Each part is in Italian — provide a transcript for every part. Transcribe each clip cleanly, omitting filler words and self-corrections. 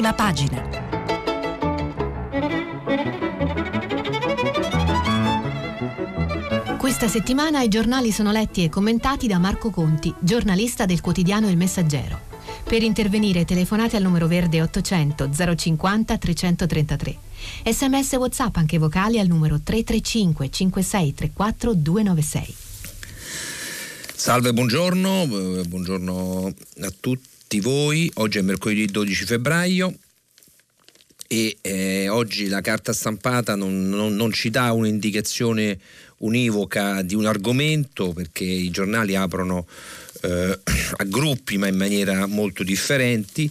Prima pagina. Questa settimana i giornali sono letti e commentati da Marco Conti, giornalista del quotidiano Il Messaggero. Per intervenire telefonate al numero verde 800 050 333. SMS WhatsApp anche vocali al numero 335 5634 296. Salve, buongiorno a tutti voi. Oggi è mercoledì 12 febbraio e oggi la carta stampata non ci dà un'indicazione univoca di un argomento, perché i giornali aprono a gruppi ma in maniera molto differente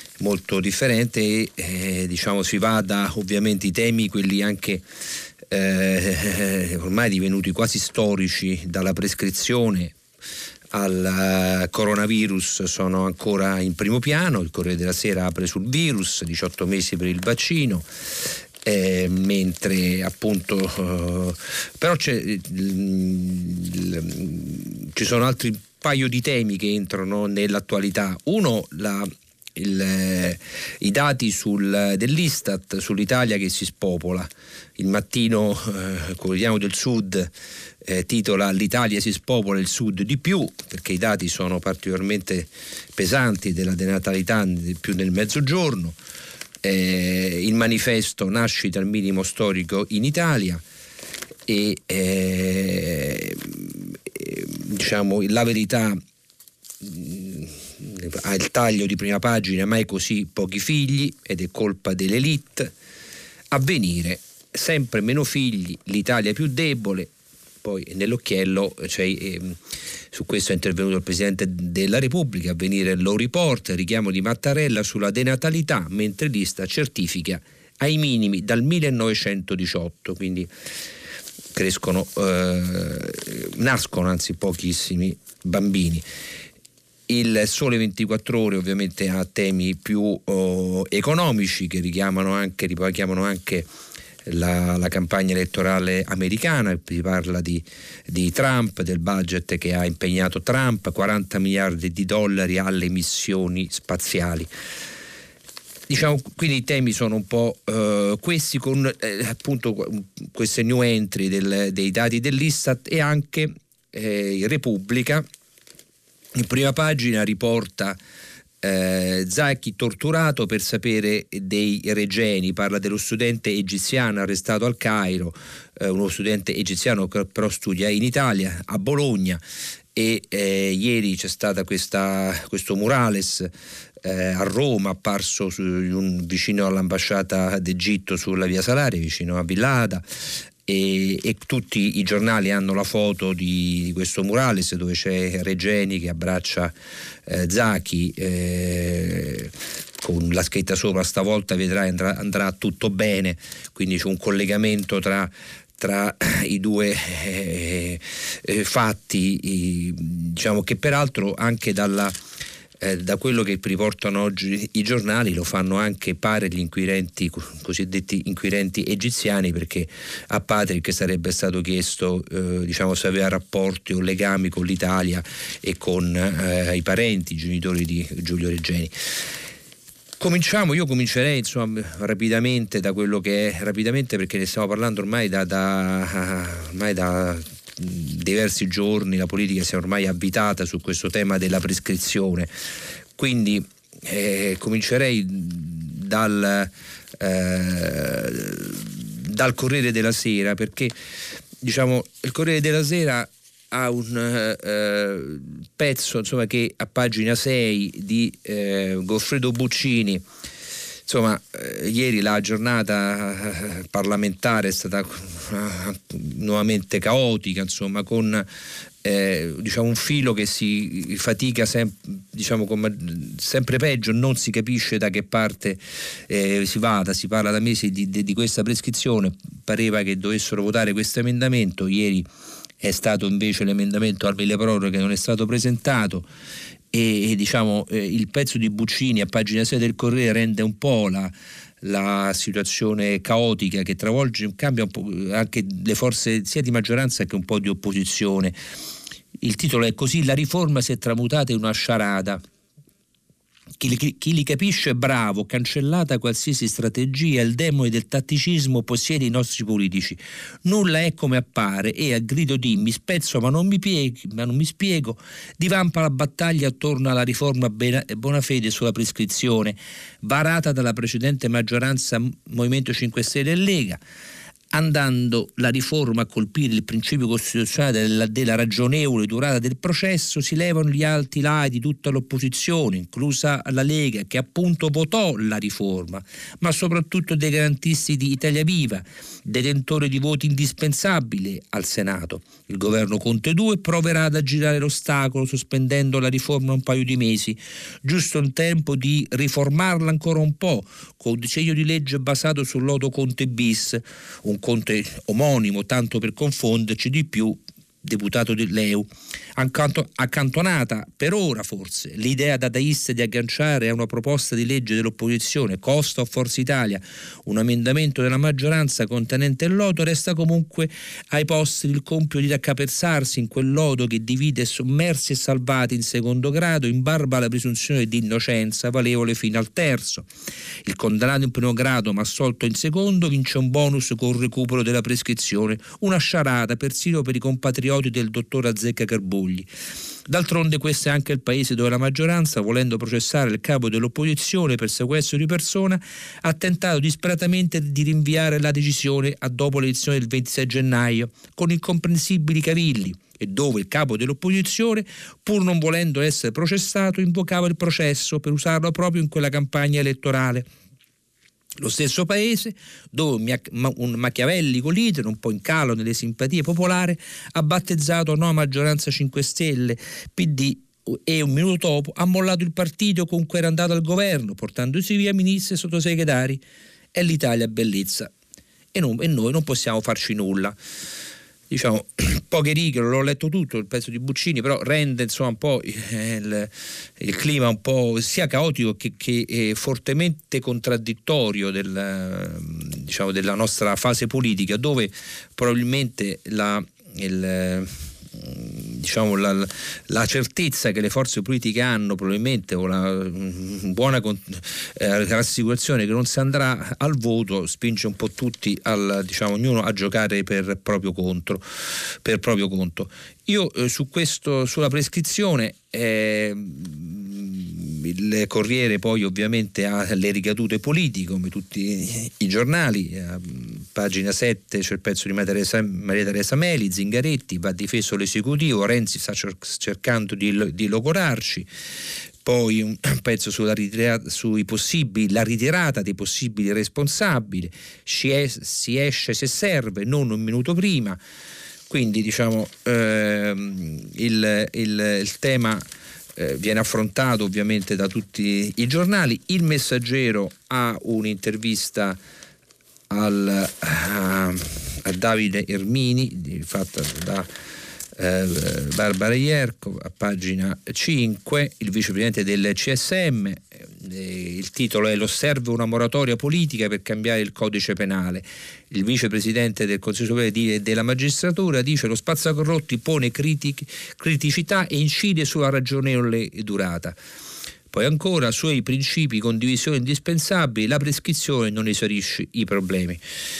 e diciamo si va da ovviamente i temi, quelli anche ormai divenuti quasi storici, dalla prescrizione al coronavirus, sono ancora in primo piano. Il Corriere della Sera apre sul virus, 18 mesi per il vaccino, mentre appunto però ci sono altri paio di temi che entrano nell'attualità. Uno, i dati dell'Istat sull'Italia che si spopola. Il Mattino, quotidiano del Sud, titola: l'Italia si spopola, il Sud di più, perché i dati sono particolarmente pesanti della denatalità più nel mezzogiorno. Il Manifesto: nascita al minimo storico in Italia, e diciamo La Verità ha il taglio di prima pagina: mai così pochi figli ed è colpa dell'elite. Avvenire: sempre meno figli, l'Italia più debole. Poi nell'occhiello, su questo è intervenuto il Presidente della Repubblica. Avvenire lo riporta: richiamo di Mattarella sulla denatalità, mentre l'Istat certifica ai minimi dal 1918, quindi nascono anzi pochissimi bambini. Il Sole 24 Ore ovviamente ha temi più economici, che richiamano anche la campagna elettorale americana. Si parla di Trump, del budget che ha impegnato Trump, 40 miliardi di dollari alle missioni spaziali. Diciamo, quindi i temi sono un po' questi, con appunto queste new entry dei dati dell'Istat, e anche Repubblica in prima pagina riporta Zaki torturato per sapere dei Regeni. Parla dello studente egiziano arrestato al Cairo, uno studente egiziano che però studia in Italia, a Bologna, e ieri c'è stata questo murales a Roma, apparso vicino all'ambasciata d'Egitto sulla via Salaria, vicino a Villada, e tutti i giornali hanno la foto di questo murales dove c'è Regeni che abbraccia Zaki, con la scritta sopra: stavolta vedrai andrà tutto bene. Quindi c'è un collegamento tra i due fatti, diciamo, che peraltro anche da quello che riportano oggi i giornali lo fanno anche pare gli cosiddetti inquirenti egiziani, perché a Patrick sarebbe stato chiesto se aveva rapporti o legami con l'Italia e con i parenti, i genitori di Giulio Regeni. Io comincerei rapidamente da quello che è, perché ne stiamo parlando ormai da diversi giorni. La politica si è ormai avvitata su questo tema della prescrizione, quindi comincerei dal Corriere della Sera, perché il Corriere della Sera ha un pezzo che a pagina 6 di Goffredo Buccini. Ieri la giornata parlamentare è stata nuovamente caotica, con un filo che si fatica sempre peggio, non si capisce da che parte si vada. Si parla da mesi di questa prescrizione, pareva che dovessero votare questo emendamento. Ieri è stato invece l'emendamento al milleproroghe che non è stato presentato, e il pezzo di Buccini a pagina 6 del Corriere rende un po' la situazione caotica che travolge, cambia un po' anche le forze sia di maggioranza che un po' di opposizione. Il titolo è così: la riforma si è tramutata in una sciarada, Chi li capisce è bravo, cancellata qualsiasi strategia, il demone del tatticismo possiede i nostri politici. Nulla è come appare e, a grido di mi spezzo ma non mi spiego, divampa la battaglia attorno alla riforma Bonafede sulla prescrizione, varata dalla precedente maggioranza Movimento 5 Stelle e Lega, andando la riforma a colpire il principio costituzionale della ragionevole durata del processo, si levano gli alti lai di tutta l'opposizione, inclusa la Lega, che appunto votò la riforma, ma soprattutto dei garantisti di Italia Viva, detentore di voti indispensabili al Senato. Il governo Conte 2 proverà ad aggirare l'ostacolo sospendendo la riforma un paio di mesi, giusto in tempo di riformarla ancora un po', con un disegno di legge basato sul lodo Conte bis, un Conte omonimo, tanto per confonderci di più, deputato dell'EU. Accantonata per ora forse l'idea dadaista di agganciare a una proposta di legge dell'opposizione, Costa o Forza Italia, un emendamento della maggioranza contenente il lodo, resta comunque ai posteri il compito di raccapezzarsi in quel lodo che divide sommersi e salvati in secondo grado in barba alla presunzione di innocenza valevole fino al terzo. Il condannato in primo grado ma assolto in secondo vince un bonus con il recupero della prescrizione, una sciarada persino per i compatrioti del dottor Azzecca Carbugli. D'altronde questo è anche il paese dove la maggioranza, volendo processare il capo dell'opposizione per sequestro di persona, ha tentato disperatamente di rinviare la decisione a dopo l'elezione del 26 gennaio, con incomprensibili cavilli, e dove il capo dell'opposizione, pur non volendo essere processato, invocava il processo per usarlo proprio in quella campagna elettorale. Lo stesso paese dove un machiavellico leader, un po' in calo nelle simpatie popolari, ha battezzato nuova maggioranza 5 Stelle, PD, e un minuto dopo ha mollato il partito con cui era andato al governo, portandosi via ministri e sottosegretari. È l'Italia bellezza e noi non possiamo farci nulla. Diciamo, poche righe, non l'ho letto tutto il pezzo di Buccini, però rende insomma un po' il clima un po' sia caotico che fortemente contraddittorio della nostra fase politica, dove probabilmente la certezza che le forze politiche hanno, probabilmente, o la buona rassicurazione che non si andrà al voto, spinge un po' tutti ognuno a giocare per proprio conto. Io sulla prescrizione, il Corriere poi ovviamente ha le ricadute politiche come tutti i giornali. A pagina 7 c'è il pezzo di Maria Teresa Meli, Zingaretti, va difeso l'esecutivo, Renzi sta cercando di logorarci. Poi un pezzo la ritirata dei possibili responsabili, si esce se serve, non un minuto prima. Quindi il tema viene affrontato ovviamente da tutti i giornali. Il Messaggero ha un'intervista a Davide Ermini fatta da Barbara Ierco a pagina 5, il vicepresidente del CSM. Il titolo è: lo serve una moratoria politica per cambiare il codice penale. Il vicepresidente del Consiglio Superiore della Magistratura dice: lo spazzacorrotti pone criticità e incide sulla ragionevole durata. Poi ancora, sui principi condivisione indispensabili, la prescrizione non esaurisce i problemi.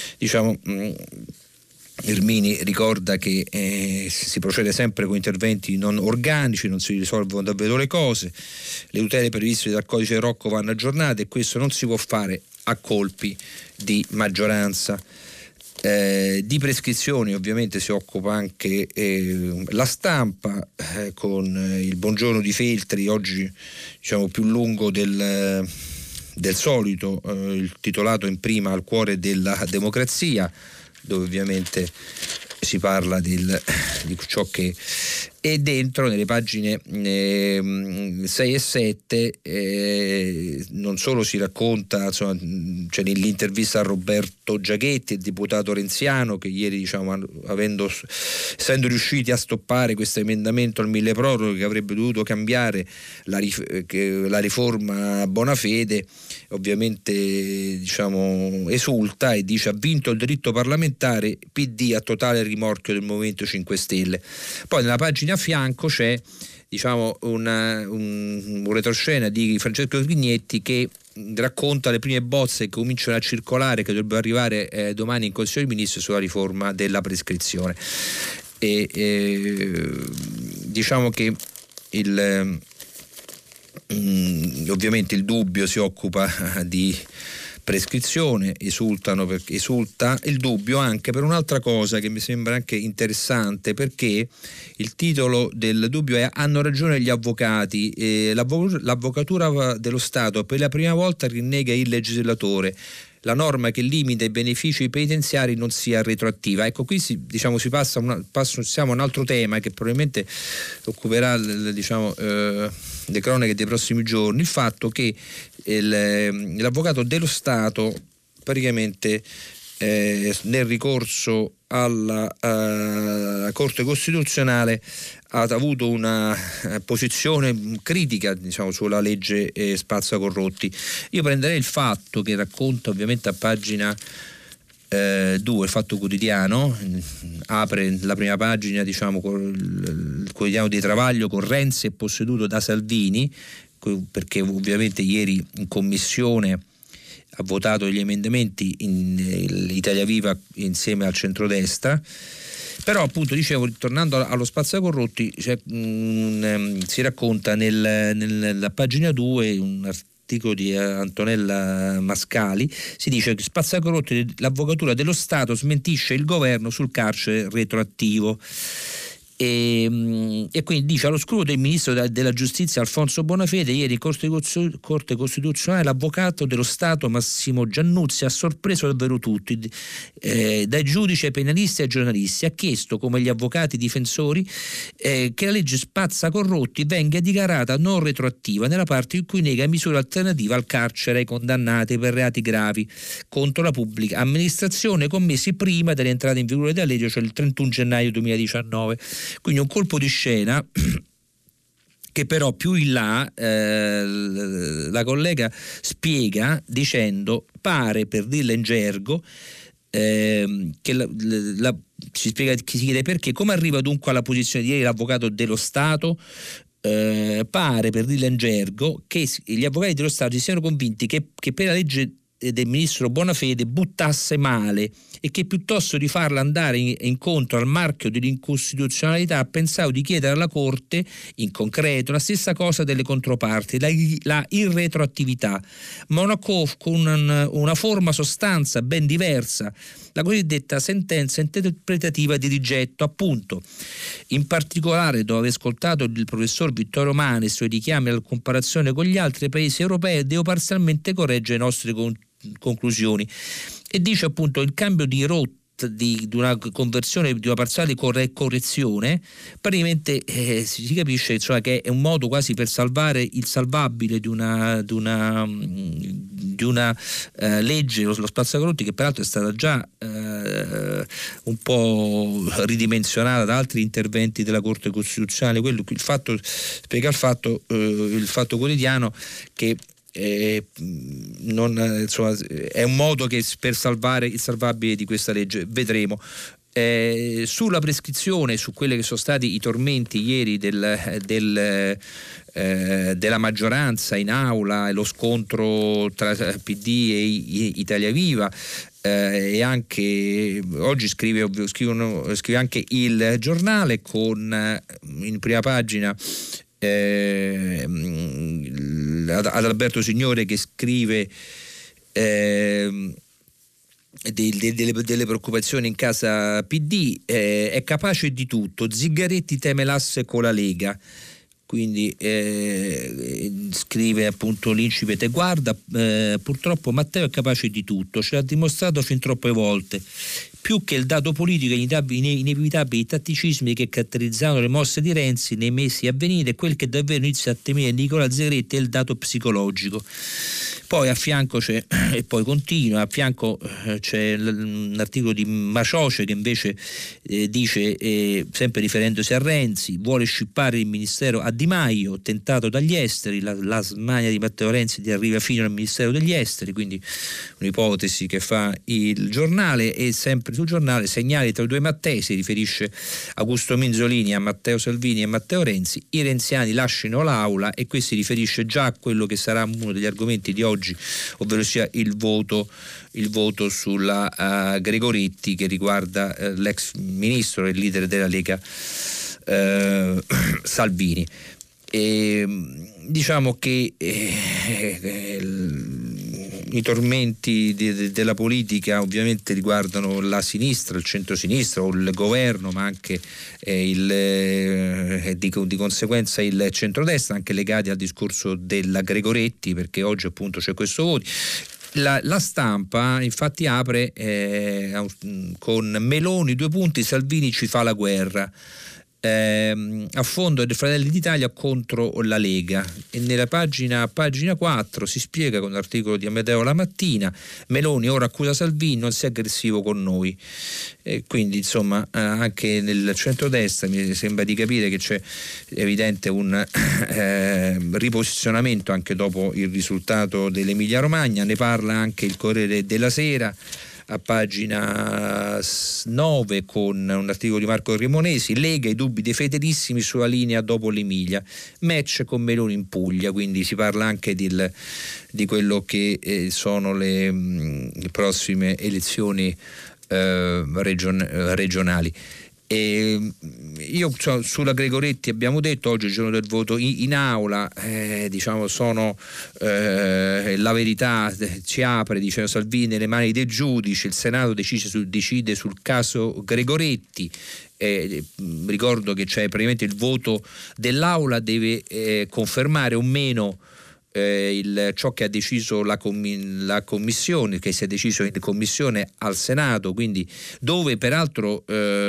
Ermini ricorda che si procede sempre con interventi non organici, non si risolvono davvero le cose, le tutele previste dal codice Rocco vanno aggiornate e questo non si può fare a colpi di maggioranza. Di prescrizioni ovviamente si occupa anche La Stampa, con il buongiorno di Feltri, oggi più lungo del solito, titolato in prima al cuore della democrazia, dove ovviamente si parla di ciò che è dentro nelle pagine 6 e 7. Non solo si racconta, c'è l'intervista a Roberto Giachetti, il deputato renziano, che ieri essendo riusciti a stoppare questo emendamento al milleproroghe che avrebbe dovuto cambiare la riforma Bonafede, ovviamente esulta e dice: ha vinto il diritto parlamentare, PD a totale rimorchio del Movimento 5 Stelle. Poi nella pagina a fianco c'è, diciamo, un retroscena di Francesco Grignetti che racconta le prime bozze che cominciano a circolare, che dovrebbero arrivare domani in Consiglio dei Ministri sulla riforma della prescrizione. Diciamo che ovviamente il Dubbio si occupa di prescrizione, esulta il Dubbio anche per un'altra cosa che mi sembra anche interessante, perché il titolo del Dubbio è "Hanno ragione gli avvocati, l'avvocatura dello Stato per la prima volta rinnega il legislatore, la norma che limita i benefici penitenziari non sia retroattiva". Ecco, qui passiamo a un altro tema che probabilmente occuperà le cronache dei prossimi giorni, il fatto che l'avvocato dello Stato praticamente nel ricorso alla Corte Costituzionale ha avuto una posizione critica, diciamo, sulla legge spazzacorrotti. Io prenderei il Fatto, che racconta ovviamente a pagina 2, il Fatto Quotidiano, apre la prima pagina, diciamo, con il quotidiano di Travaglio, con Renzi è posseduto da Salvini, perché ovviamente ieri in commissione ha votato gli emendamenti in Italia Viva insieme al centrodestra. Però appunto, dicevo, tornando allo spazzacorrotti, si racconta nella pagina 2 un articolo di Antonella Mascali, si dice che spazzacorrotti, l'avvocatura dello Stato smentisce il governo sul carcere retroattivo. E quindi dice: all'oscuro del ministro della giustizia Alfonso Bonafede, ieri in Corte Costituzionale l'avvocato dello Stato Massimo Giannuzzi ha sorpreso davvero tutti, dai giudici ai penalisti ai giornalisti. Ha chiesto, come gli avvocati difensori, che la legge spazzacorrotti venga dichiarata non retroattiva nella parte in cui nega misure alternative al carcere ai condannati per reati gravi contro la pubblica amministrazione commessi prima dell'entrata in vigore della legge, cioè il 31 gennaio 2019. Quindi un colpo di scena che però più in là la collega spiega dicendo, pare, per dirla in gergo, che si chiede perché, come arriva dunque alla posizione di ieri l'avvocato dello Stato. Pare, per dirla in gergo, che gli avvocati dello Stato si siano convinti che per la legge del ministro Bonafede buttasse male e che piuttosto di farla andare incontro al marchio dell'incostituzionalità ha pensato di chiedere alla Corte in concreto la stessa cosa delle controparti, la irretroattività, ma con una forma sostanza ben diversa, la cosiddetta sentenza interpretativa di rigetto, appunto. In particolare, dopo aver ascoltato il professor Vittorio Mane e i suoi richiami alla comparazione con gli altri paesi europei, devo parzialmente correggere le nostre conclusioni. E dice appunto il cambio di rotta di una conversione, di una parziale correzione, praticamente si capisce, cioè, che è un modo quasi per salvare il salvabile di una legge, lo spazzacorrotti, che peraltro è stata già un po' ridimensionata da altri interventi della Corte Costituzionale. Il Fatto spiega il Fatto Quotidiano che insomma, è un modo che per salvare il salvabile di questa legge. Vedremo. Sulla prescrizione, su quelli che sono stati i tormenti ieri della maggioranza in aula e lo scontro tra PD e Italia Viva, e anche oggi scrive anche il Giornale con in prima pagina ad Alberto Signore, che scrive delle preoccupazioni in casa PD. È capace di tutto, Zingaretti teme l'asse con la Lega. Quindi scrive appunto l'incipit: guarda, purtroppo Matteo è capace di tutto, ce l'ha dimostrato fin troppe volte. Più che il dato politico inevitabili tatticismi che caratterizzavano le mosse di Renzi nei mesi a venire, quel che davvero inizia a temere Nicola Zingaretti è il dato psicologico. Poi a fianco c'è, e poi continua, a fianco c'è un articolo di Macioce che invece dice, sempre riferendosi a Renzi, vuole scippare il ministero a Di Maio, tentato dagli esteri, la smania di Matteo Renzi di arriva fino al ministero degli esteri, quindi un'ipotesi che fa il giornale. E sempre sul giornale, segnali tra i due Mattei, si riferisce Augusto Minzolini a Matteo Salvini e Matteo Renzi, i renziani lasciano l'aula, e qui si riferisce già a quello che sarà uno degli argomenti di oggi, ovvero sia il voto sulla Gregoretti, che riguarda l'ex ministro e leader della Lega Salvini. E diciamo che i tormenti della politica ovviamente riguardano la sinistra, il centrosinistra o il governo, ma anche di conseguenza il centrodestra, anche legati al discorso della Gregoretti, perché oggi appunto c'è questo voto. La Stampa infatti apre con Meloni, Salvini ci fa la guerra. A fondo dei Fratelli d'Italia contro la Lega, e nella pagina 4 si spiega con un articolo di Amedeo La Mattina: Meloni ora accusa Salvini, non sia aggressivo con noi. Quindi insomma anche nel centrodestra mi sembra di capire che c'è evidente un riposizionamento anche dopo il risultato dell'Emilia Romagna. Ne parla anche il Corriere della Sera a pagina 9 con un articolo di Marco Cremonesi: Lega, i dubbi dei fedelissimi sulla linea dopo l'Emilia, match con Meloni in Puglia. Quindi si parla anche di quello che sono le prossime elezioni regionali. E io sulla Gregoretti abbiamo detto, oggi è il giorno del voto in aula, diciamo sono la verità ci apre, dice Salvini, nelle mani dei giudici, il Senato decide sul caso Gregoretti. Ricordo che c'è praticamente il voto dell'aula, deve confermare o meno ciò che ha deciso la commissione, che si è deciso in commissione al Senato, quindi dove peraltro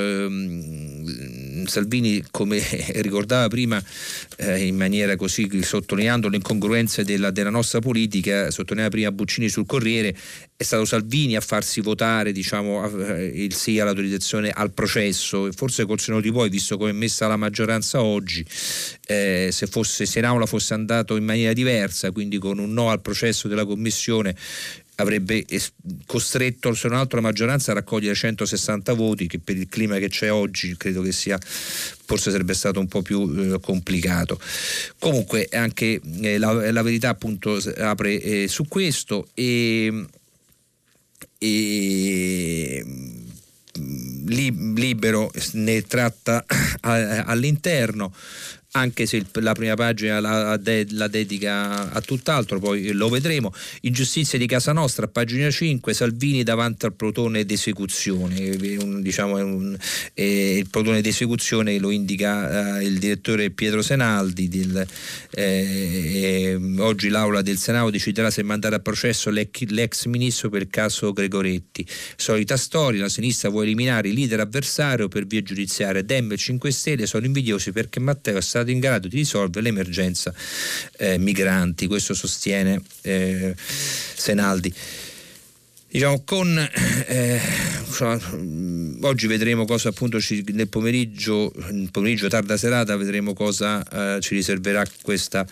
Salvini, come ricordava prima in maniera così, sottolineando le incongruenze della nostra politica, sottolineava prima Buccini sul Corriere, è stato Salvini a farsi votare, diciamo, il sì all'autorizzazione al processo. E forse col senno di poi, visto come è messa la maggioranza oggi, se in aula fosse andato in maniera diversa, quindi con un no al processo della commissione, avrebbe costretto, se non altro, la maggioranza a raccogliere 160 voti, che per il clima che c'è oggi credo che forse sarebbe stato un po' più complicato. Comunque anche la verità appunto apre su questo, e Libero ne tratta all'interno, anche se la prima pagina la dedica a tutt'altro, poi lo vedremo. Ingiustizia di Casa Nostra, pagina 5, Salvini davanti al plotone d'esecuzione. Il plotone d'esecuzione lo indica il direttore Pietro Senaldi. Oggi l'aula del Senato deciderà se mandare a processo l'ex ministro per il caso Gregoretti. Solita storia, la sinistra vuole eliminare il leader avversario per via giudiziaria. Dem e 5 Stelle sono invidiosi perché Matteo è stato in grado di risolvere l'emergenza migranti. Questo sostiene Senaldi. Diciamo oggi vedremo cosa appunto nel pomeriggio tarda serata vedremo cosa ci riserverà questo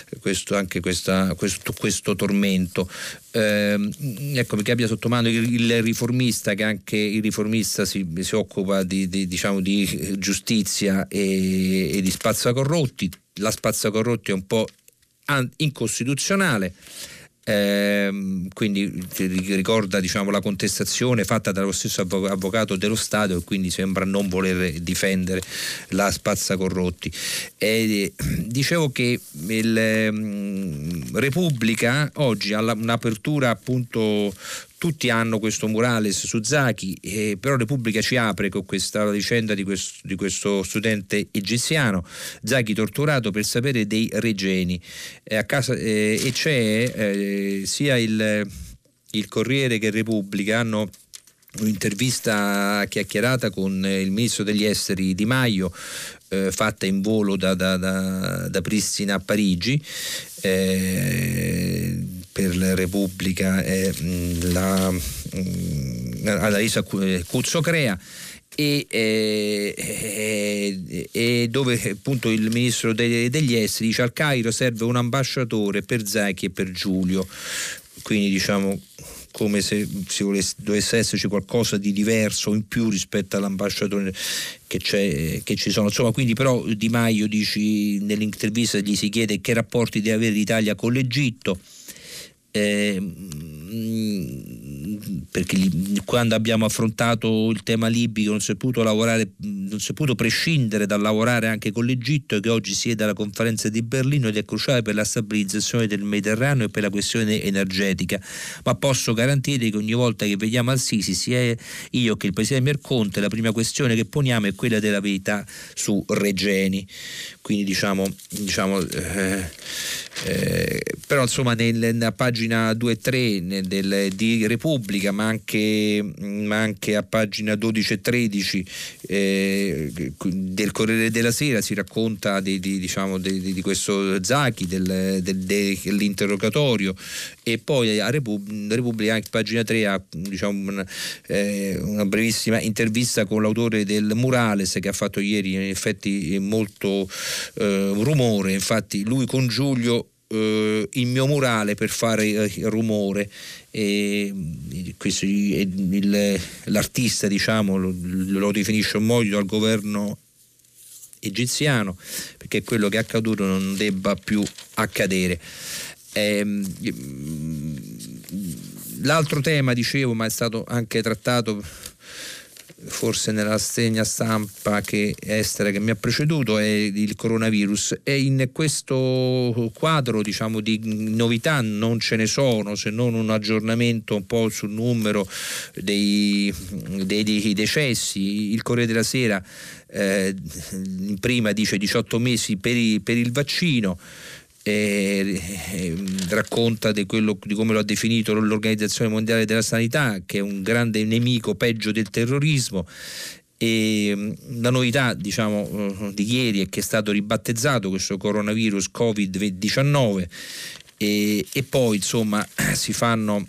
tormento. Ecco, mi capita sotto mano il Riformista, che anche il Riformista si occupa di giustizia e di spazzacorrotti. La spazzacorrotti è un po' incostituzionale. Quindi ricorda, diciamo, la contestazione fatta dallo stesso avvocato dello Stato, e quindi sembra non voler difendere la spazzacorrotti. Dicevo che il Repubblica oggi ha un'apertura, appunto, tutti hanno questo murales su Zaki, però Repubblica ci apre con questa vicenda di questo studente egiziano, Zaki torturato per sapere dei Regeni, a casa, e c'è sia il Corriere che Repubblica hanno un'intervista chiacchierata con il ministro degli esteri Di Maio, fatta in volo da Pristina a Parigi, per la Repubblica Annalisa Cuzzocrea, e dove appunto il ministro degli esteri dice: al Cairo serve un ambasciatore per Zaki e per Giulio, quindi diciamo come se dovesse esserci qualcosa di diverso in più rispetto all'ambasciatore che ci sono, insomma. Quindi però Di Maio nell'intervista gli si chiede che rapporti deve avere l'Italia con l'Egitto, perché quando abbiamo affrontato il tema libico non si è potuto prescindere dal lavorare anche con l'Egitto, che oggi siede alla conferenza di Berlino ed è cruciale per la stabilizzazione del Mediterraneo e per la questione energetica, ma posso garantire che ogni volta che vediamo al-Sisi, sia io che il presidente Conte, la prima questione che poniamo è quella della verità su Regeni. Quindi però insomma nella pagina 2 e 3 di Repubblica, ma anche a pagina 12 e 13 del Corriere della Sera si racconta di questo Zaki, dell'interrogatorio, e poi a Repubblica anche pagina 3 ha una brevissima intervista con l'autore del Murales, che ha fatto ieri in effetti molto rumore. Infatti lui con Giulio, il mio murale per fare rumore, l'artista lo definisce un modo al governo egiziano perché quello che è accaduto non debba più accadere. L'altro tema, dicevo, ma è stato anche trattato forse nella rassegna stampa estera che mi ha preceduto, è il coronavirus, e in questo quadro di novità non ce ne sono, se non un aggiornamento un po' sul numero dei decessi. Il Corriere della Sera prima dice 18 mesi per il vaccino, racconta di come lo ha definito l'Organizzazione Mondiale della Sanità, che è un grande nemico, peggio del terrorismo. E la novità di ieri è che è stato ribattezzato questo coronavirus Covid-19, e poi insomma si fanno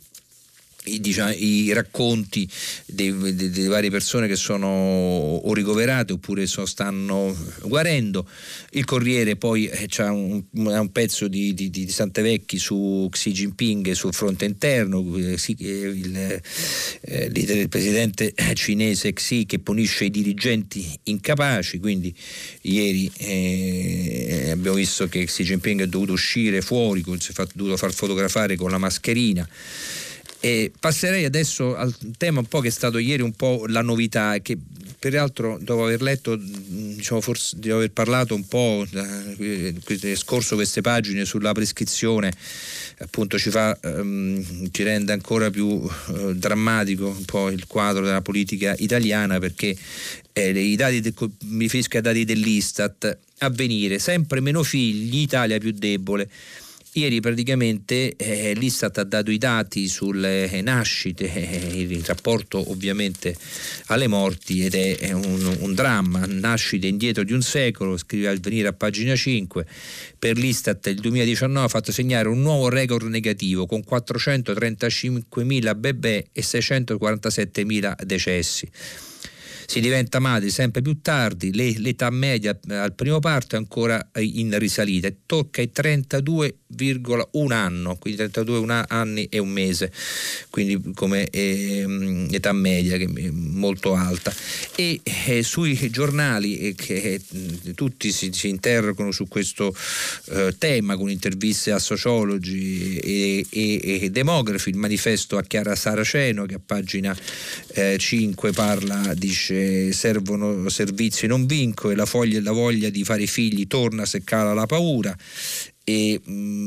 i racconti delle varie persone che sono o ricoverate oppure stanno guarendo. Il Corriere poi c'ha un pezzo di Santevecchi su Xi Jinping sul fronte interno, il leader del presidente cinese Xi, che punisce i dirigenti incapaci. Quindi ieri abbiamo visto che Xi Jinping è dovuto uscire fuori, si è dovuto far fotografare con la mascherina. E passerei adesso al tema un po' che è stato ieri un po' la novità, che peraltro dopo aver letto, forse di aver parlato un po' scorso queste pagine sulla prescrizione, appunto ci rende ancora più drammatico un po' il quadro della politica italiana, perché i dati mi riferisco ai dati dell'Istat: Avvenire, sempre meno figli, Italia più debole. Ieri praticamente l'Istat ha dato i dati sulle nascite, il rapporto ovviamente alle morti, ed è un dramma. Nascite indietro di un secolo, scrive Avvenire a pagina 5. Per l'Istat il 2019 ha fatto segnare un nuovo record negativo, con 435.000 bebè e 647.000 decessi. Si diventa madri sempre più tardi, l'età media al primo parto è ancora in risalita, tocca i 32,1 anni, quindi 32 anni e un mese, quindi come età media, che è molto alta. E sui giornali che tutti si interrogano su questo tema, con interviste a sociologi e demografi. Il manifesto a Chiara Saraceno, che a pagina 5 parla, dice: servono servizi non vincoli, la voglia di fare figli torna se cala la paura. E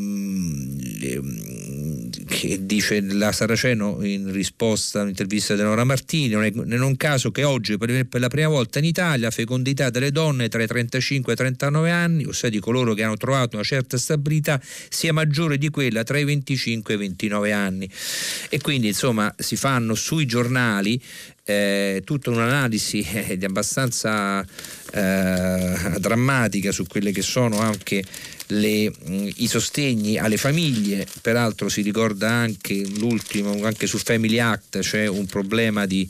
che dice la Saraceno in risposta a un'intervista di Nora Martini: non è un caso che oggi per la prima volta in Italia la fecondità delle donne tra i 35 e i 39 anni, ossia di coloro che hanno trovato una certa stabilità, sia maggiore di quella tra i 25 e i 29 anni. E quindi insomma si fanno sui giornali tutta un'analisi abbastanza drammatica su quelle che sono anche i sostegni alle famiglie. Peraltro si ricorda anche l'ultimo, anche sul Family Act c'è un problema di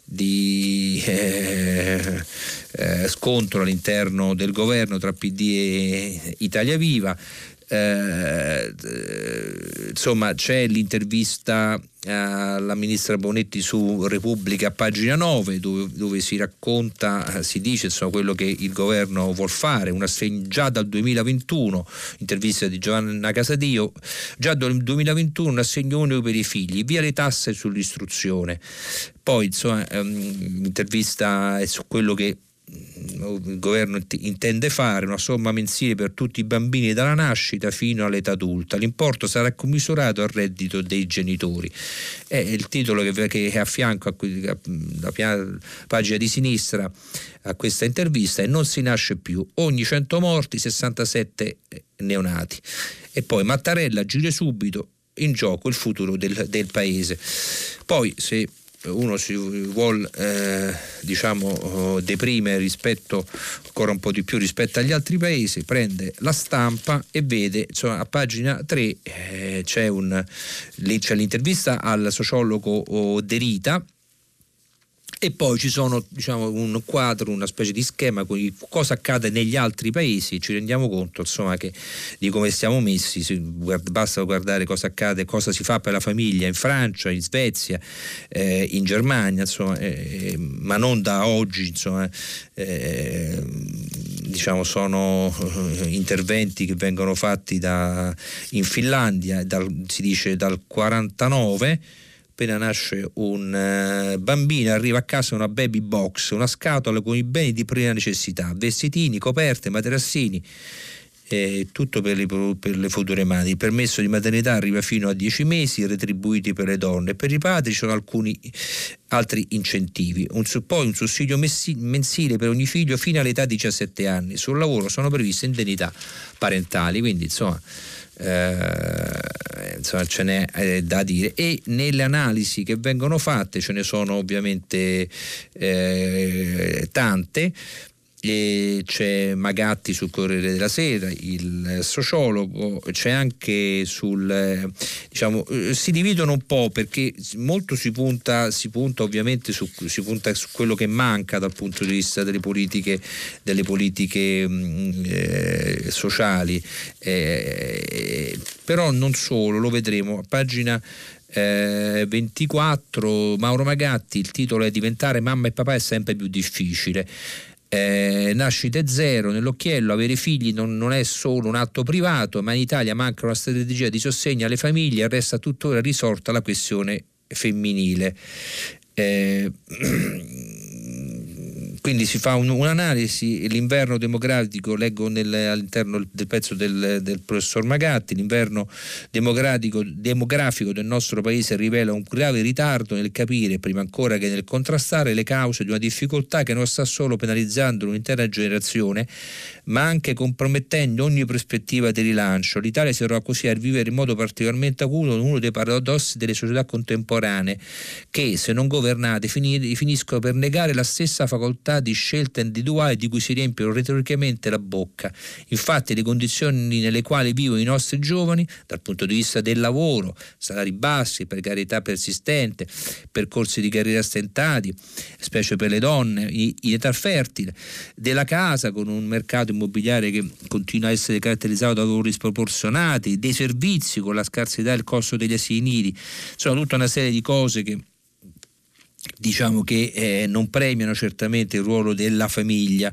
scontro all'interno del governo tra PD e Italia Viva. Insomma, c'è l'intervista alla ministra Bonetti su Repubblica a pagina 9 dove si racconta, si dice insomma quello che il governo vuol fare, già dal 2021, intervista di Giovanna Casadio, già dal 2021 un assegno unico per i figli, via le tasse sull'istruzione. Poi insomma intervista su quello che il governo intende fare, una somma mensile per tutti i bambini dalla nascita fino all'età adulta. L'importo sarà commisurato al reddito dei genitori. È il titolo che è a fianco alla pagina di sinistra a questa intervista: e non si nasce più, ogni 100 morti 67 neonati. E poi Mattarella, agire subito, in gioco il futuro del paese. Poi se uno si vuol deprimere ancora un po' di più rispetto agli altri paesi, prende La Stampa e vede, insomma, a pagina 3 c'è l'intervista al sociologo De Rita, e poi ci sono un quadro, una specie di schema con cosa accade negli altri paesi. Ci rendiamo conto insomma di come stiamo messi. Basta guardare cosa accade, cosa si fa per la famiglia in Francia, in Svezia, in Germania, insomma, ma non da oggi, insomma, sono interventi che vengono fatti in Finlandia si dice dal 49. Appena nasce un bambino arriva a casa una baby box, una scatola con i beni di prima necessità, vestitini, coperte, materassini, tutto per le future madri. Il permesso di maternità arriva fino a 10 mesi retribuiti per le donne, per i padri ci sono alcuni altri incentivi, poi un sussidio mensile per ogni figlio fino all'età di 17 anni. Sul lavoro sono previste indennità parentali, quindi insomma ce n'è da dire, e nelle analisi che vengono fatte ce ne sono ovviamente tante. E c'è Magatti sul Corriere della Sera, il sociologo, c'è anche si dividono un po', perché molto si punta ovviamente su quello che manca dal punto di vista delle politiche sociali, però non solo, lo vedremo a pagina 24. Mauro Magatti, il titolo è: diventare mamma e papà è sempre più difficile. Nascite zero nell'occhiello, avere figli non è solo un atto privato, ma in Italia manca una strategia di sostegno alle famiglie e resta tuttora irrisolta la questione femminile. Quindi si fa un'analisi, l'inverno demografico, leggo all'interno del pezzo del professor Magatti, l'inverno demografico del nostro paese rivela un grave ritardo nel capire, prima ancora che nel contrastare, le cause di una difficoltà che non sta solo penalizzando un'intera generazione, ma anche compromettendo ogni prospettiva di rilancio. L'Italia si trova così a vivere in modo particolarmente acuto uno dei paradossi delle società contemporanee, che, se non governate, finiscono per negare la stessa facoltà di scelta individuale di cui si riempiono retoricamente la bocca. Infatti le condizioni nelle quali vivono i nostri giovani, dal punto di vista del lavoro, salari bassi, precarietà persistente, percorsi di carriera stentati, specie per le donne in età fertile, della casa con un mercato immobiliare che continua a essere caratterizzato da lavori sproporzionati, dei servizi con la scarsità e il costo degli asili nidi, insomma tutta una serie di cose che non premiano certamente il ruolo della famiglia.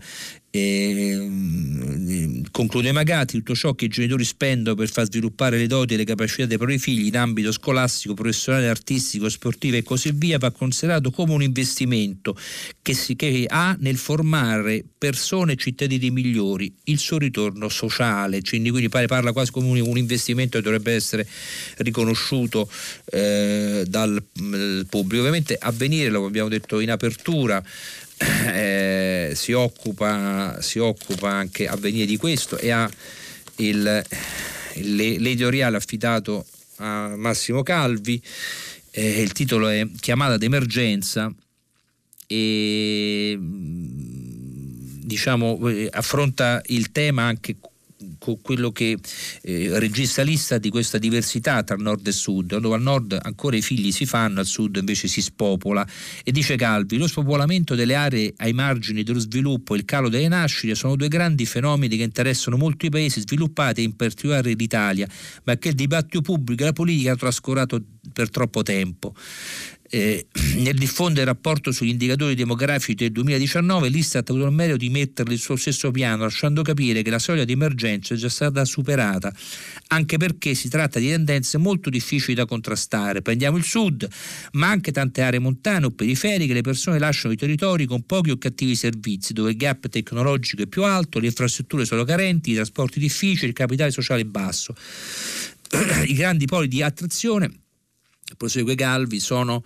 Conclude Magatti: tutto ciò che i genitori spendono per far sviluppare le doti e le capacità dei propri figli in ambito scolastico, professionale, artistico, sportivo e così via va considerato come un investimento che ha nel formare persone e cittadini migliori, il suo ritorno sociale. Quindi parla quasi come un investimento che dovrebbe essere riconosciuto dal pubblico. Ovviamente Avvenire, lo abbiamo detto in apertura, si occupa anche Avvenire di questo, e ha l'editoriale affidato a Massimo Calvi. Il titolo è Chiamata d'emergenza, e diciamo affronta il tema anche con quello che registra l'Istat di questa diversità tra nord e sud, dove al nord ancora i figli si fanno, al sud invece si spopola. E dice Calvi: lo spopolamento delle aree ai margini dello sviluppo e il calo delle nascite sono due grandi fenomeni che interessano molti paesi sviluppati, in particolare l'Italia, ma che il dibattito pubblico e la politica hanno trascurato per troppo tempo. Nel diffondere il rapporto sugli indicatori demografici del 2019, l'Istat ha avuto il merito di metterli sul stesso piano, lasciando capire che la soglia di emergenza è già stata superata, anche perché si tratta di tendenze molto difficili da contrastare. Prendiamo il sud, ma anche tante aree montane o periferiche. Le persone lasciano i territori con pochi o cattivi servizi, dove il gap tecnologico è più alto, le infrastrutture sono carenti, i trasporti difficili, il capitale sociale basso. I grandi poli di attrazione, prosegue Calvi, sono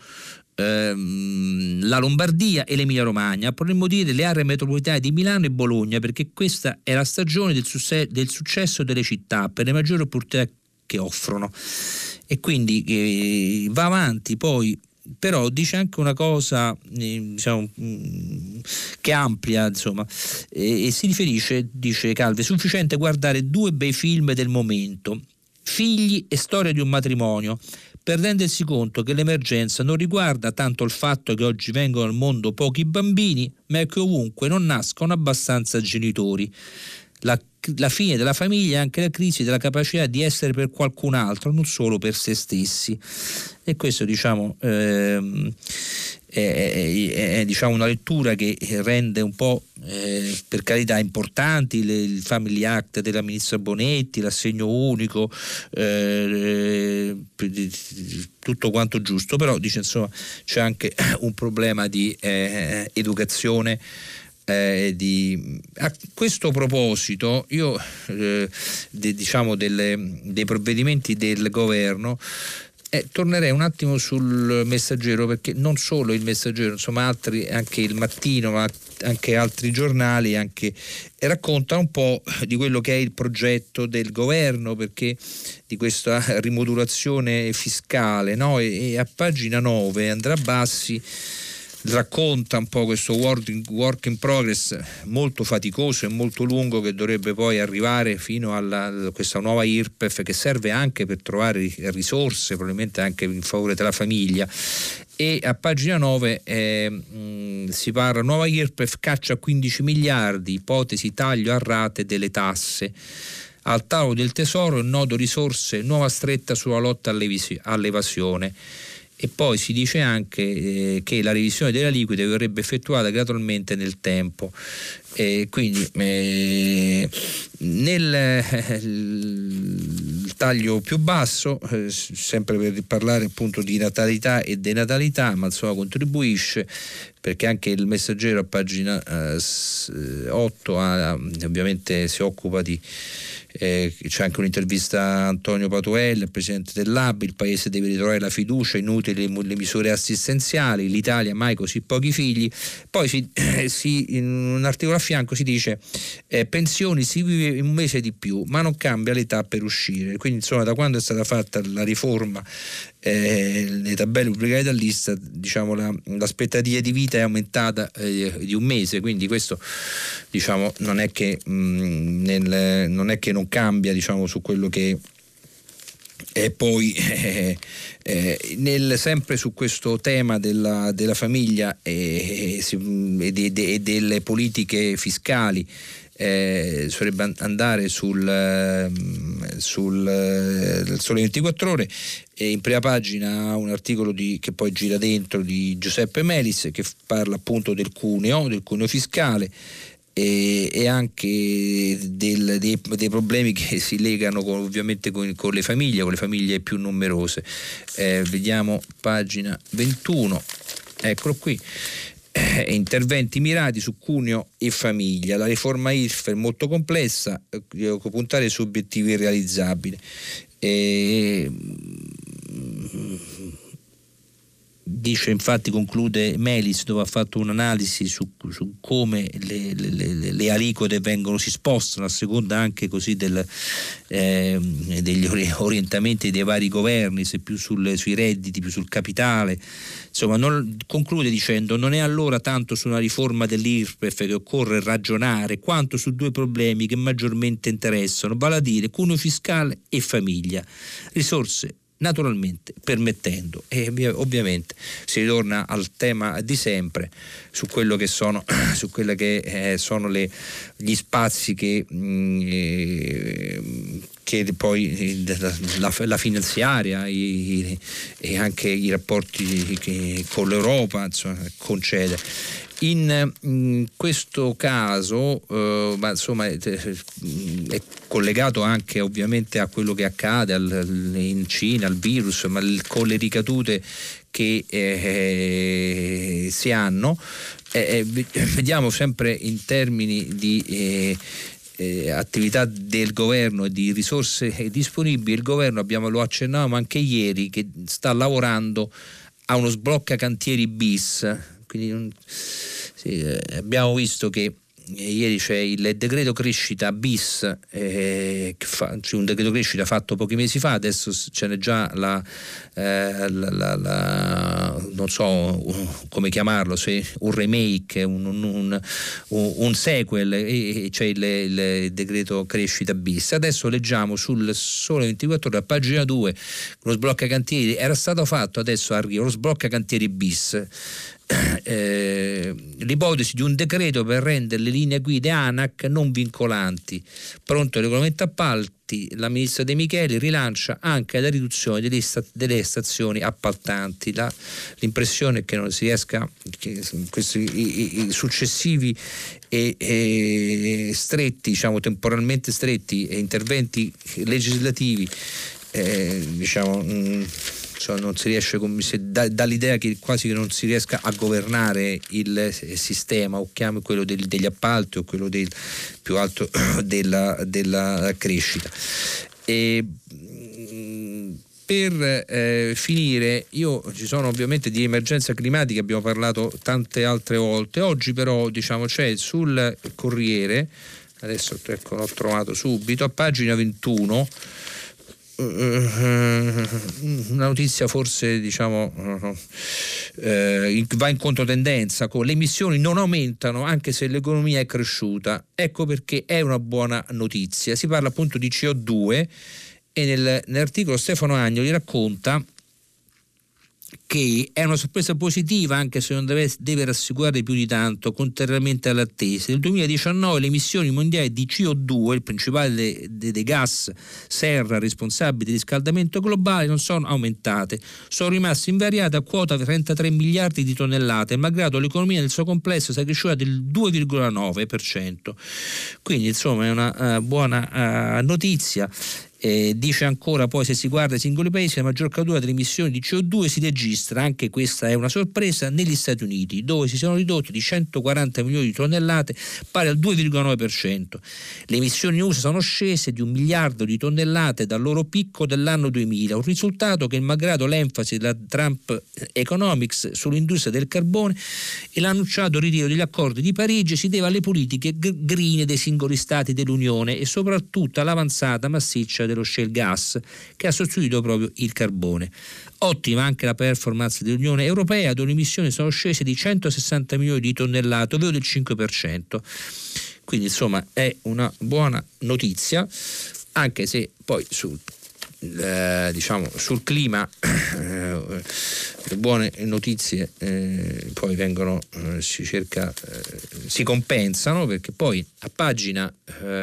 la Lombardia e l'Emilia Romagna, potremmo dire le aree metropolitane di Milano e Bologna, perché questa è la stagione del successo delle città per le maggiori opportunità che offrono. E quindi va avanti, poi però dice anche una cosa diciamo, che amplia, insomma, e si riferisce, dice Calvi: è sufficiente guardare due bei film del momento, Figli e Storia di un matrimonio, per rendersi conto che l'emergenza non riguarda tanto il fatto che oggi vengono al mondo pochi bambini, ma che ovunque non nascono abbastanza genitori. La fine della famiglia è anche la crisi della capacità di essere per qualcun altro, non solo per se stessi. E questo, diciamo, è diciamo una lettura che rende un po', per carità, importanti il Family Act della ministra Bonetti, l'assegno unico, tutto quanto giusto, però dice, insomma, c'è anche un problema di educazione. A questo proposito io diciamo dei provvedimenti del governo, tornerei un attimo sul Messaggero, perché non solo il Messaggero, insomma altri, anche il Mattino, ma anche altri giornali raccontano un po' di quello che è il progetto del governo, perché di questa rimodulazione fiscale, no? E a pagina 9 Andrea Bassi racconta un po' questo work in progress molto faticoso e molto lungo, che dovrebbe poi arrivare fino a questa nuova IRPEF, che serve anche per trovare risorse, probabilmente anche in favore della famiglia. E a pagina 9 si parla: nuova IRPEF caccia 15 miliardi, ipotesi taglio a rate delle tasse. Al tavolo del tesoro il nodo risorse, nuova stretta sulla lotta all'evasione. E poi si dice anche che la revisione delle aliquote verrebbe effettuata gradualmente nel tempo. Quindi nel taglio più basso, sempre per parlare appunto di natalità e denatalità, ma insomma contribuisce, perché anche il Messaggero a pagina 8 ovviamente si occupa di c'è anche un'intervista a Antonio Patuella, il presidente dell'ABI: il paese deve ritrovare la fiducia, inutili le misure assistenziali, l'Italia mai così pochi figli. Poi in un articolo a fianco si dice pensioni, si vive un mese di più ma non cambia l'età per uscire. Quindi insomma, da quando è stata fatta la riforma, le tabelle pubblicate dall'Istat, diciamo l'aspettativa di vita è aumentata di un mese, quindi questo, diciamo, non è che non cambia, diciamo, su quello che e poi sempre su questo tema della famiglia e delle politiche fiscali, dovrebbe andare sul Sole 24 Ore. In prima pagina un articolo che poi gira dentro, di Giuseppe Melis, che parla appunto del cuneo fiscale e anche dei problemi che si legano ovviamente con le famiglie più numerose. Vediamo pagina 21, eccolo qui. Interventi mirati su cuneo e famiglia. La riforma IRPEF è molto complessa, devo puntare su obiettivi realizzabili. dice, infatti conclude Melis, dove ha fatto un'analisi su come le aliquote si spostano a seconda anche così degli orientamenti dei vari governi, se più sui redditi, più sul capitale. Insomma, conclude dicendo: non è allora tanto su una riforma dell'IRPEF che occorre ragionare, quanto su due problemi che maggiormente interessano, vale a dire cuneo fiscale e famiglia. Risorse naturalmente permettendo, e ovviamente si ritorna al tema di sempre su quello che sono gli spazi che poi la finanziaria e anche i rapporti con l'Europa, insomma, concede. In questo caso è collegato anche ovviamente a quello che accade in Cina, al virus, ma con le ricadute che si hanno, vediamo sempre in termini di attività del governo e di risorse disponibili. Il governo, lo accennavamo anche ieri, che sta lavorando a uno sblocca cantieri bis, quindi abbiamo visto che ieri c'è il decreto crescita bis, un decreto crescita fatto pochi mesi fa, adesso ce n'è già non so come chiamarlo, se un remake, un sequel, e c'è il decreto crescita bis. Adesso leggiamo sul Sole 24 Ore a pagina 2 lo sblocca cantieri, era stato fatto, adesso arriva lo sblocca cantieri bis. L'ipotesi di un decreto per rendere le linee guida ANAC non vincolanti. Pronto il regolamento appalti, la ministra De Micheli rilancia anche la riduzione delle stazioni appaltanti. L'impressione è che non si riesca, che questi i successivi e stretti, diciamo temporalmente stretti, interventi legislativi non si riesce, dall'idea che quasi che non si riesca a governare il sistema, o chiamo quello degli appalti o quello più alto della crescita. E per finire, ci sono ovviamente di emergenza climatica, abbiamo parlato tante altre volte. Oggi però c'è sul Corriere, adesso l'ho trovato subito, a pagina 21, una notizia forse va in controtendenza. Le emissioni non aumentano anche se l'economia è cresciuta, ecco perché è una buona notizia. Si parla appunto di CO2 e nell'articolo Stefano Agnoli racconta che è una sorpresa positiva, anche se non deve rassicurare più di tanto, contrariamente alle attese. Nel 2019 le emissioni mondiali di CO2, il principale dei gas serra responsabili del riscaldamento globale, non sono aumentate, sono rimaste invariate a quota 33 miliardi di tonnellate, malgrado l'economia nel suo complesso sia cresciuta del 2,9%. Quindi insomma è una buona notizia. Dice ancora poi, se si guarda i singoli paesi, la maggior caduta delle emissioni di CO2 si registra, anche questa è una sorpresa, negli Stati Uniti, dove si sono ridotti di 140 milioni di tonnellate, pari al 2,9%. Le emissioni USA sono scese di 1 miliardo di tonnellate dal loro picco dell'anno 2000, un risultato che, malgrado l'enfasi della Trump Economics sull'industria del carbone e l'annunciato ritiro degli accordi di Parigi, si deve alle politiche green dei singoli stati dell'Unione e soprattutto all'avanzata massiccia dello shale gas, che ha sostituito proprio il carbone. Ottima anche la performance dell'Unione Europea, dove le emissioni sono scese di 160 milioni di tonnellate, ovvero del 5%. Quindi insomma è una buona notizia, anche se poi sul clima le buone notizie poi vengono, si compensano, perché poi a pagina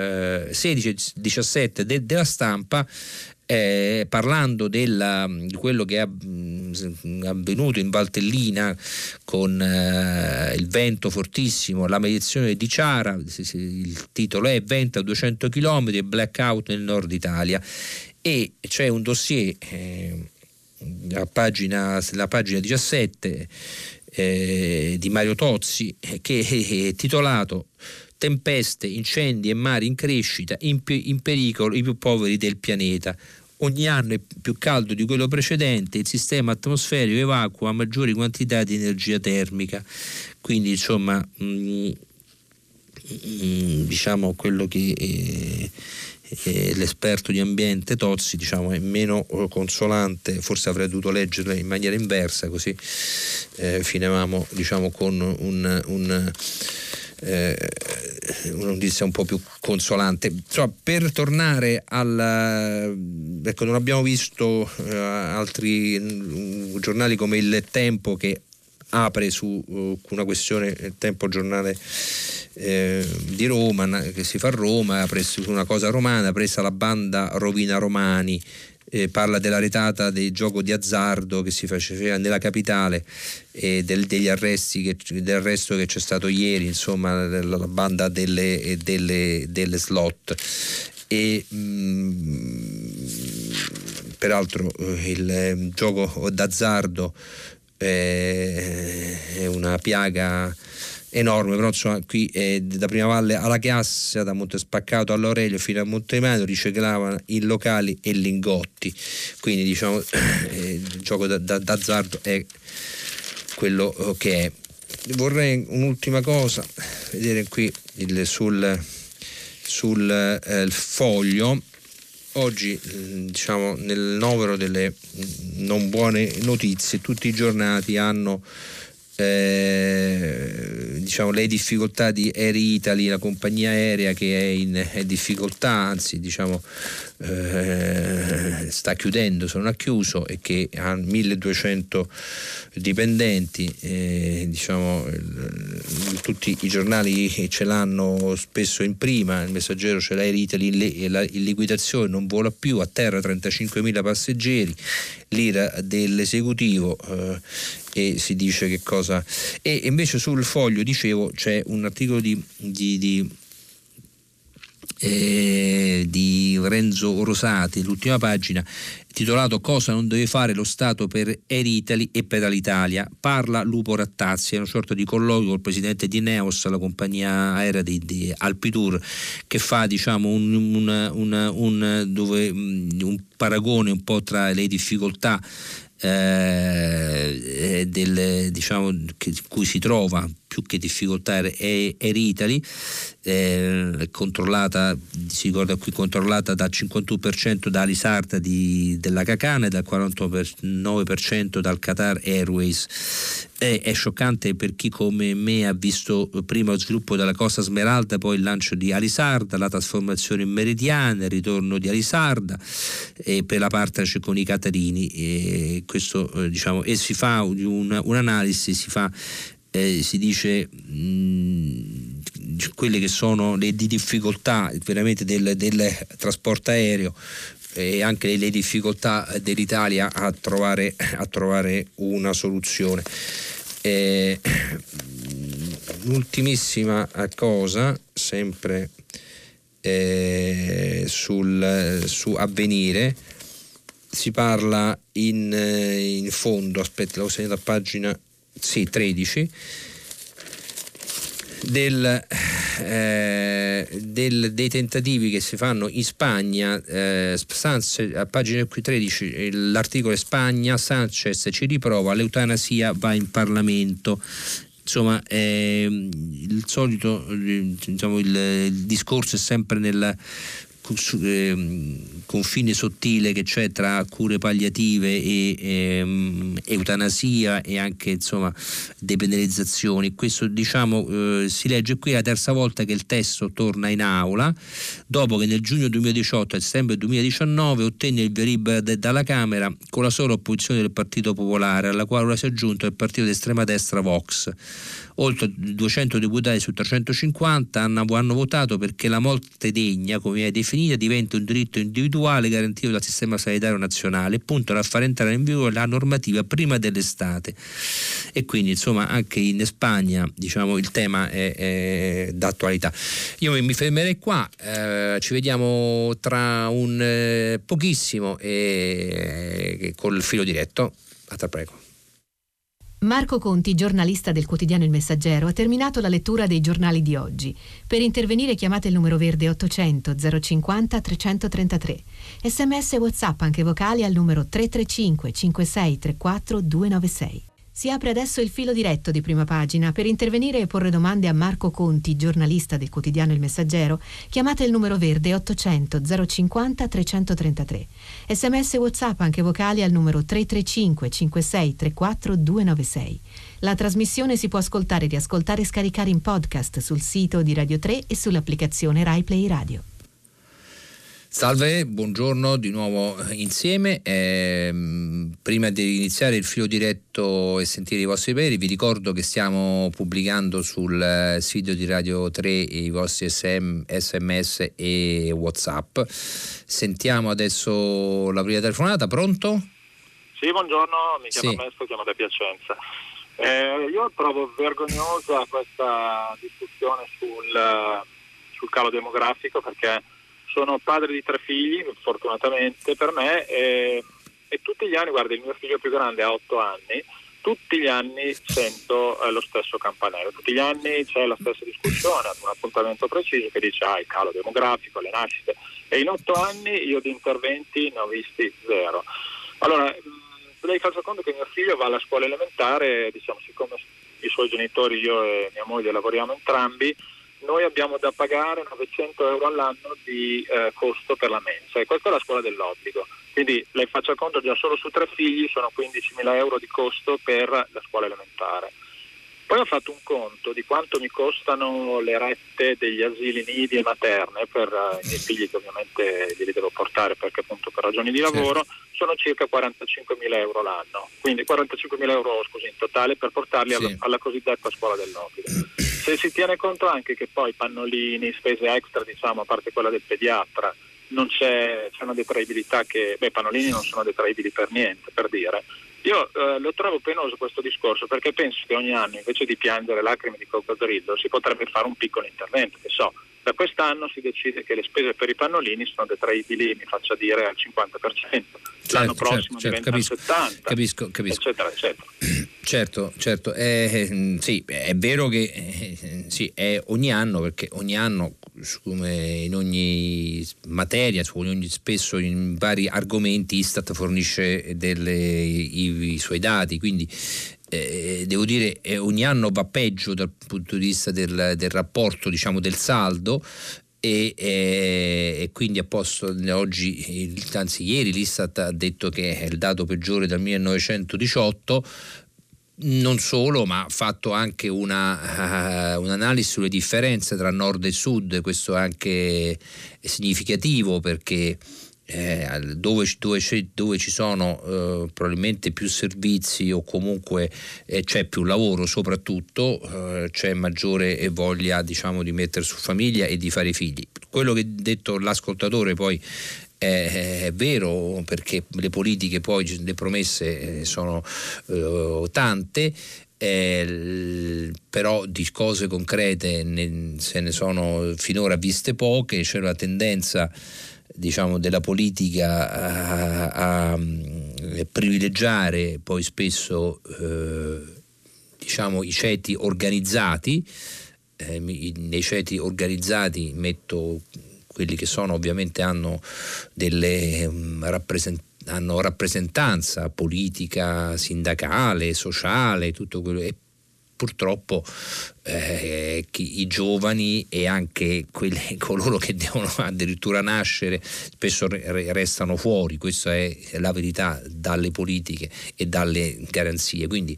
16-17 della Stampa, parlando di quello che è avvenuto in Valtellina con il vento fortissimo, la mediazione di Ciara, il titolo è "Vento a 200 km e blackout nel nord Italia", e c'è un dossier la pagina 17 di Mario Tozzi, che è titolato "Tempeste, incendi e mari in crescita, in pericolo i più poveri del pianeta". ogni anno è più caldo di quello precedente, il sistema atmosferico evacua maggiori quantità di energia termica, quindi insomma diciamo quello che l'esperto di ambiente Tozzi, diciamo, è meno consolante. Forse avrei dovuto leggerlo in maniera inversa, così finivamo, diciamo, con una notizia un po' più consolante. Insomma, per tornare ecco, non abbiamo visto altri giornali come il Tempo, che apre su una questione, il Tempo giornale di Roma, che si fa a Roma, apre su una cosa romana, presa la banda Rovina Romani, parla della retata del gioco di azzardo che si faceva nella capitale e degli arresti dell'arresto che c'è stato ieri, insomma, la banda delle slot. E peraltro il gioco d'azzardo è una piaga enorme, però insomma qui da Primavalle alla Chiassa, da Montespaccato all'Aurelio fino a Montemano riciclavano in locali e lingotti, quindi diciamo il gioco d'azzardo è quello che è. Vorrei un'ultima cosa vedere qui sul Foglio. Oggi, diciamo, nel novero delle non buone notizie, tutti i giornali hanno diciamo le difficoltà di Air Italy, la compagnia aerea che è in difficoltà, anzi diciamo sta chiudendo, se non ha chiuso, e che ha 1200 dipendenti, diciamo tutti i giornali ce l'hanno spesso in prima. Il Messaggero ce l'ha Air Italy in liquidazione, non vola più, a terra 35.000 passeggeri, l'ira dell'esecutivo, e si dice che cosa. E invece sul Foglio, dicevo, c'è un articolo di Renzo Rosati, l'ultima pagina, titolato "Cosa non deve fare lo Stato per Air Italy e per Alitalia". Parla Lupo Rattazzi, è una sorta di colloquio col presidente di Neos, la compagnia aerea di Alpitour, che fa, diciamo, un paragone un po' tra le difficoltà diciamo cui si trova, più che difficoltà, Air Italy, controllata, si ricorda qui, controllata dal 51% da Alisarda della Cacana e dal 49% dal Qatar Airways. È scioccante per chi come me ha visto prima lo sviluppo della Costa Smeralda, poi il lancio di Alisarda, la trasformazione in Meridiana, il ritorno di Alisarda, e per la partnership con i Catarini, questo diciamo, e si fa un'analisi, si dice quelle che sono le difficoltà veramente del trasporto aereo e anche le difficoltà dell'Italia a trovare una soluzione. L'ultimissima cosa, sempre su Avvenire, si parla in fondo, aspetta, l'avevo segnato a pagina 13, dei tentativi che si fanno in Spagna. A pagina 13 l'articolo è Spagna, Sanchez ci riprova, l'eutanasia va in Parlamento. Insomma, il solito, diciamo, il discorso è sempre nel confine sottile che c'è tra cure palliative e eutanasia, e anche, insomma, depenalizzazioni. Questo, diciamo, si legge qui la terza volta che il testo torna in aula, dopo che nel giugno 2018 e settembre 2019 ottenne il via libera dalla Camera con la sola opposizione del Partito Popolare, alla quale ora si è aggiunto il partito di estrema destra Vox. Oltre 200 deputati su 350 hanno votato perché la morte degna, come è definita, diventa un diritto individuale garantito dal sistema sanitario nazionale, e puntano a far entrare in vigore la normativa prima dell'estate. E quindi, insomma, anche in Spagna, diciamo, il tema è d'attualità. Io mi fermerei qua, ci vediamo tra un pochissimo col filo diretto. A tra prego. Marco Conti, giornalista del quotidiano Il Messaggero, ha terminato la lettura dei giornali di oggi. Per intervenire chiamate il numero verde 800 050 333. SMS e WhatsApp anche vocali al numero 335 5634 296. Si apre adesso il filo diretto di Prima Pagina. Per intervenire e porre domande a Marco Conti, giornalista del quotidiano Il Messaggero, chiamate il numero verde 800 050 333. SMS e WhatsApp anche vocali al numero 335 5634 296. La trasmissione si può ascoltare, riascoltare e scaricare in podcast sul sito di Radio 3 e sull'applicazione Rai Play Radio. Salve, buongiorno di nuovo insieme. Prima di iniziare il filo diretto e sentire i vostri pareri, vi ricordo che stiamo pubblicando sul sito di Radio 3 i vostri SMS e WhatsApp. Sentiamo adesso la prima telefonata. Pronto? Sì, buongiorno, mi chiamo Sì. Ernesto, chiamo da Piacenza. Io trovo vergognosa questa discussione sul calo demografico, perché sono padre di 3 figli, fortunatamente per me, e tutti gli anni, guarda, il mio figlio più grande ha 8 anni, tutti gli anni sento lo stesso campanello, tutti gli anni c'è la stessa discussione, ad un appuntamento preciso che dice il calo demografico, le nascite, e in 8 anni io di interventi ne ho visti 0. Allora, lei faccia conto che mio figlio va alla scuola elementare, diciamo, siccome i suoi genitori, io e mia moglie, lavoriamo entrambi, noi abbiamo da pagare 900 euro all'anno di costo per la mensa, e questa è la scuola dell'obbligo. Quindi lei faccia conto, già solo su 3 figli sono 15.000 euro di costo per la scuola elementare. Poi ho fatto un conto di quanto mi costano le rette degli asili nidi e materne per i miei figli, che ovviamente li devo portare perché appunto per ragioni di lavoro, sono circa 45.000 euro l'anno, quindi 45.000 euro in totale per portarli alla cosiddetta scuola dell'obbligo. Se si tiene conto anche che poi pannolini, spese extra, diciamo, a parte quella del pediatra, non c'è una detraibilità che, pannolini non sono detraibili per niente, per dire. Io lo trovo penoso questo discorso, perché penso che ogni anno, invece di piangere lacrime di coccodrillo, si potrebbe fare un piccolo intervento, che so, da quest'anno si decide che le spese per i pannolini sono detraibili, mi faccia dire, al 50%, l'anno prossimo diventa al 70%, capisco. eccetera, eccetera. Certo, sì, è vero che sì, è ogni anno, perché ogni anno, come in ogni materia, spesso in vari argomenti, Istat fornisce i suoi dati, quindi devo dire ogni anno va peggio dal punto di vista del rapporto, diciamo, del saldo, e quindi a posto oggi, anzi ieri, l'Istat ha detto che è il dato peggiore dal 1918. Non solo, ma ha fatto anche un'analisi sulle differenze tra nord e sud. Questo è anche significativo, perché dove ci sono probabilmente più servizi, o comunque c'è più lavoro, soprattutto c'è maggiore voglia, diciamo, di mettere su famiglia e di fare figli. Quello che ha detto l'ascoltatore poi è vero, perché le politiche, poi le promesse sono tante, però di cose concrete se ne sono finora viste poche. C'è una tendenza, diciamo, della politica a privilegiare poi spesso diciamo i ceti organizzati. Nei ceti organizzati metto quelli che sono, ovviamente hanno delle hanno rappresentanza politica, sindacale, sociale, tutto quello, e purtroppo i giovani e anche coloro che devono addirittura nascere spesso restano fuori. Questa è la verità, dalle politiche e dalle garanzie. Quindi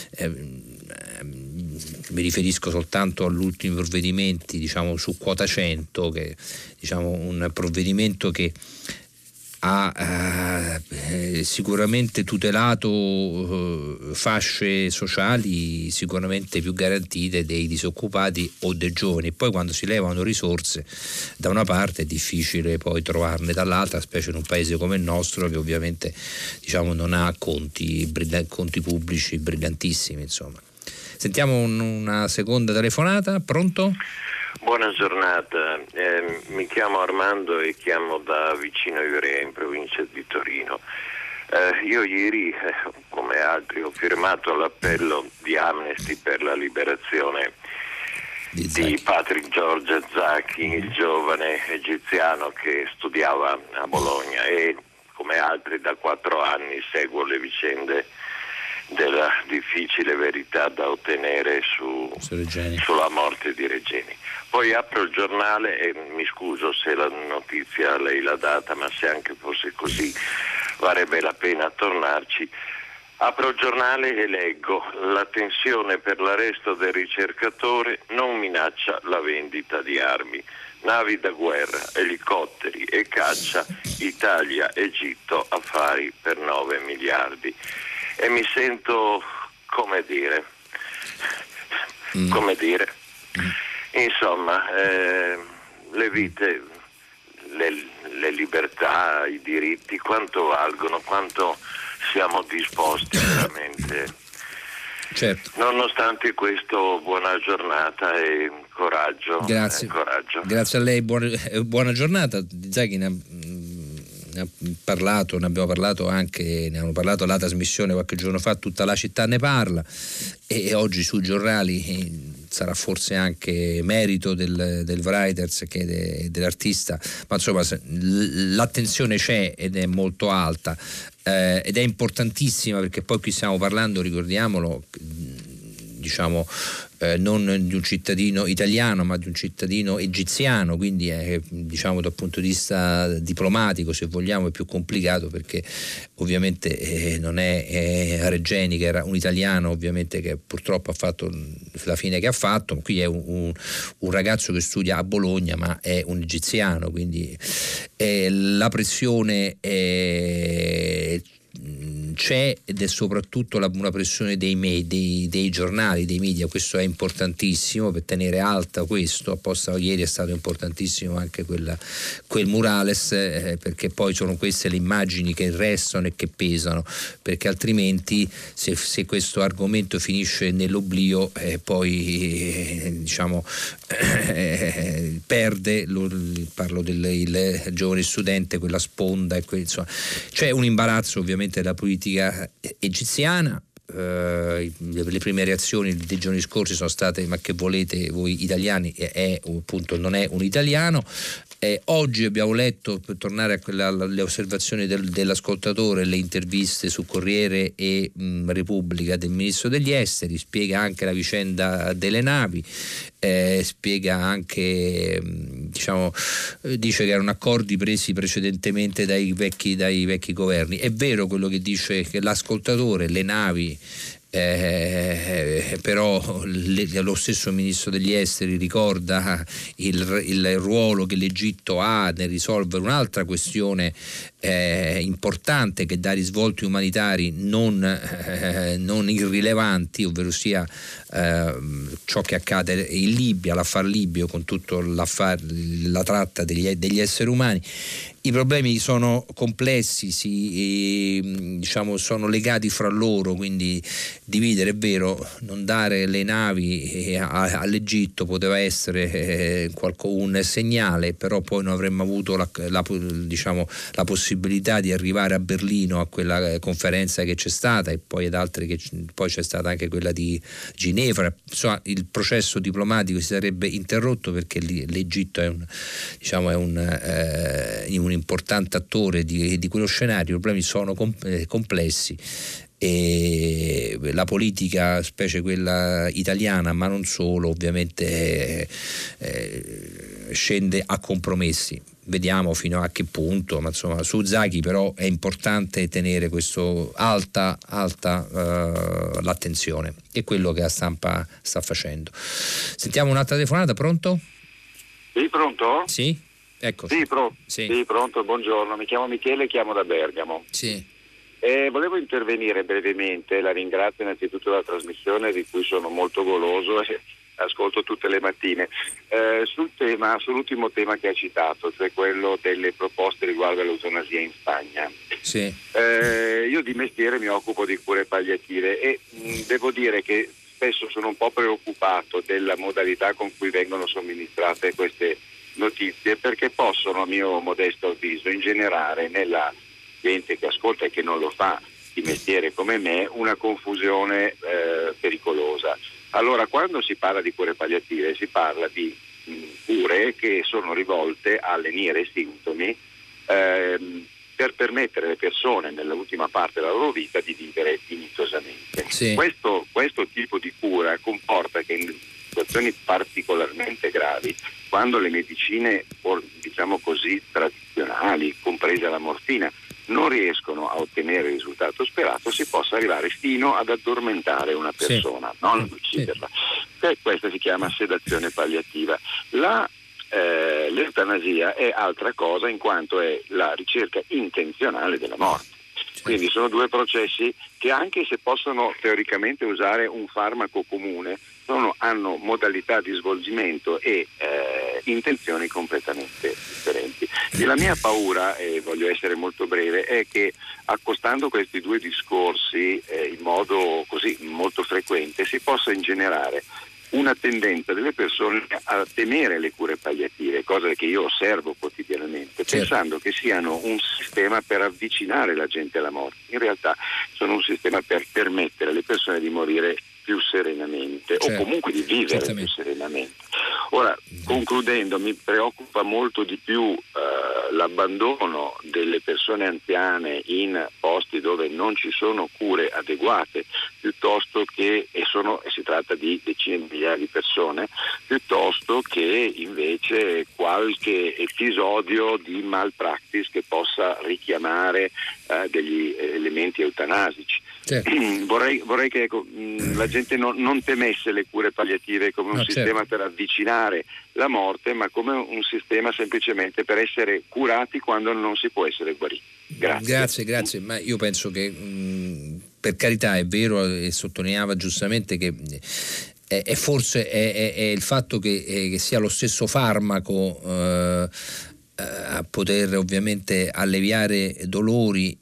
mi riferisco soltanto agli ultimi provvedimenti, diciamo, su quota 100, che, diciamo, un provvedimento che ha sicuramente tutelato fasce sociali sicuramente più garantite dei disoccupati o dei giovani. Poi quando si levano risorse da una parte è difficile poi trovarne dall'altra, specie in un paese come il nostro, che ovviamente, diciamo, non ha conti pubblici brillantissimi, insomma. Sentiamo una seconda telefonata. Pronto? Buona giornata, mi chiamo Armando e chiamo da vicino Ivrea, in provincia di Torino. Io ieri, come altri ho firmato l'appello di Amnesty per la liberazione di Patrick George Zaki, il giovane egiziano che studiava a Bologna, e come altri da 4 anni seguo le vicende della difficile verità da ottenere sulla morte di Regeni. Poi apro il giornale e mi scuso se la notizia lei l'ha data, ma se anche fosse così varrebbe la pena tornarci. Apro il giornale e leggo: la tensione per l'arresto del ricercatore non minaccia la vendita di armi. Navi da guerra, elicotteri e caccia, Italia, Egitto, affari per 9 miliardi. E mi sento, come dire, insomma, le vite, le libertà, i diritti, quanto valgono, quanto siamo disposti veramente. Certo. Nonostante questo, buona giornata e coraggio. Grazie. Grazie a lei, buona giornata. Zaki ne ha parlato, ne abbiamo parlato anche, ne hanno parlato alla trasmissione qualche giorno fa, Tutta la città ne parla, e oggi sui giornali sarà forse anche merito del Writers che dell'artista, ma insomma l'attenzione c'è ed è molto alta, ed è importantissima, perché poi qui stiamo parlando, ricordiamolo, diciamo non di un cittadino italiano ma di un cittadino egiziano, quindi diciamo dal punto di vista diplomatico, se vogliamo, è più complicato, perché ovviamente non è Regeni, che era un italiano ovviamente che purtroppo ha fatto la fine che ha fatto. Qui è un ragazzo che studia a Bologna ma è un egiziano, quindi la pressione c'è, ed è soprattutto una pressione dei giornali, dei media. Questo è importantissimo per tenere alta questo. Apposta ieri è stato importantissimo anche quel murales, perché poi sono queste le immagini che restano e che pesano, perché altrimenti se questo argomento finisce nell'oblio, poi diciamo perde, parlo del giovane studente, quella sponda, e insomma c'è un imbarazzo ovviamente della politica egiziana. Le prime reazioni dei giorni scorsi sono state: ma che volete voi italiani? Appunto non è un italiano. Oggi abbiamo letto, per tornare alle osservazioni dell'ascoltatore, le interviste su Corriere e Repubblica del ministro degli esteri, spiega anche la vicenda delle navi, spiega anche, diciamo, dice che erano accordi presi precedentemente dai vecchi governi. È vero quello che dice che l'ascoltatore, le navi, però lo stesso ministro degli esteri ricorda il ruolo che l'Egitto ha nel risolvere un'altra questione importante, che dà risvolti umanitari non irrilevanti, ovvero sia ciò che accade in Libia, l'affare libio, con tutto la tratta degli esseri umani. I problemi sono complessi, diciamo sono legati fra loro, quindi dividere, è vero, non dare le navi all'Egitto poteva essere un segnale, però poi non avremmo avuto la possibilità di arrivare a Berlino a quella conferenza che c'è stata, e poi ad altre poi c'è stata anche quella di Ginevra. Insomma, il processo diplomatico si sarebbe interrotto, perché l'Egitto è un importante attore di quello scenario. I problemi sono complessi, e la politica, specie quella italiana, ma non solo, ovviamente scende a compromessi. Vediamo fino a che punto, ma insomma su Zaki però è importante tenere questo alta l'attenzione, e quello che la stampa sta facendo. Sentiamo un'altra telefonata. Pronto? Sì, pronto? Sì, ecco. Sì, pronto, buongiorno, mi chiamo Michele, chiamo da Bergamo. Sì. Volevo intervenire brevemente, la ringrazio innanzitutto della trasmissione, di cui sono molto goloso e ascolto tutte le mattine, sull'ultimo tema che ha citato, cioè quello delle proposte riguardo all'eutanasia in Spagna. Sì. Io di mestiere mi occupo di cure palliative e devo dire che spesso sono un po' preoccupato della modalità con cui vengono somministrate queste notizie, perché possono, a mio modesto avviso, ingenerare nella gente che ascolta e che non lo fa di mestiere come me una confusione pericolosa. Allora, quando si parla di cure palliative si parla di cure che sono rivolte a lenire sintomi per permettere alle persone nell'ultima parte della loro vita di vivere dignitosamente. Sì. Questo tipo di cura comporta che in situazioni particolarmente gravi, quando le medicine, diciamo così, tradizionali, compresa la morfina, non riescono a ottenere il risultato sperato, si possa arrivare fino ad addormentare una persona, sì, non ad ucciderla. Sì. Questa si chiama sedazione palliativa. L'eutanasia è altra cosa, in quanto è la ricerca intenzionale della morte. Quindi sono due processi che, anche se possono teoricamente usare un farmaco comune, hanno modalità di svolgimento e intenzioni completamente differenti. E la mia paura, e voglio essere molto breve, è che accostando questi due discorsi in modo così molto frequente si possa ingenerare una tendenza delle persone a temere le cure palliative, cosa che io osservo quotidianamente, certo, pensando che siano un sistema per avvicinare la gente alla morte. In realtà sono un sistema per permettere alle persone di morire più serenamente, certo, o comunque di vivere più serenamente. Ora, concludendo, mi preoccupa molto di più l'abbandono delle persone anziane in posti dove non ci sono cure adeguate, piuttosto che, e si tratta di decine di migliaia di persone, piuttosto che invece qualche episodio di malpractice che possa richiamare degli elementi eutanasici. Certo. Vorrei che la gente non temesse le cure palliative come un sistema per avvicinare la morte, ma come un sistema semplicemente per essere curati quando non si può essere guariti. Grazie. Ma io penso che per carità è vero, e sottolineava giustamente che forse è il fatto che sia lo stesso farmaco a poter ovviamente alleviare dolori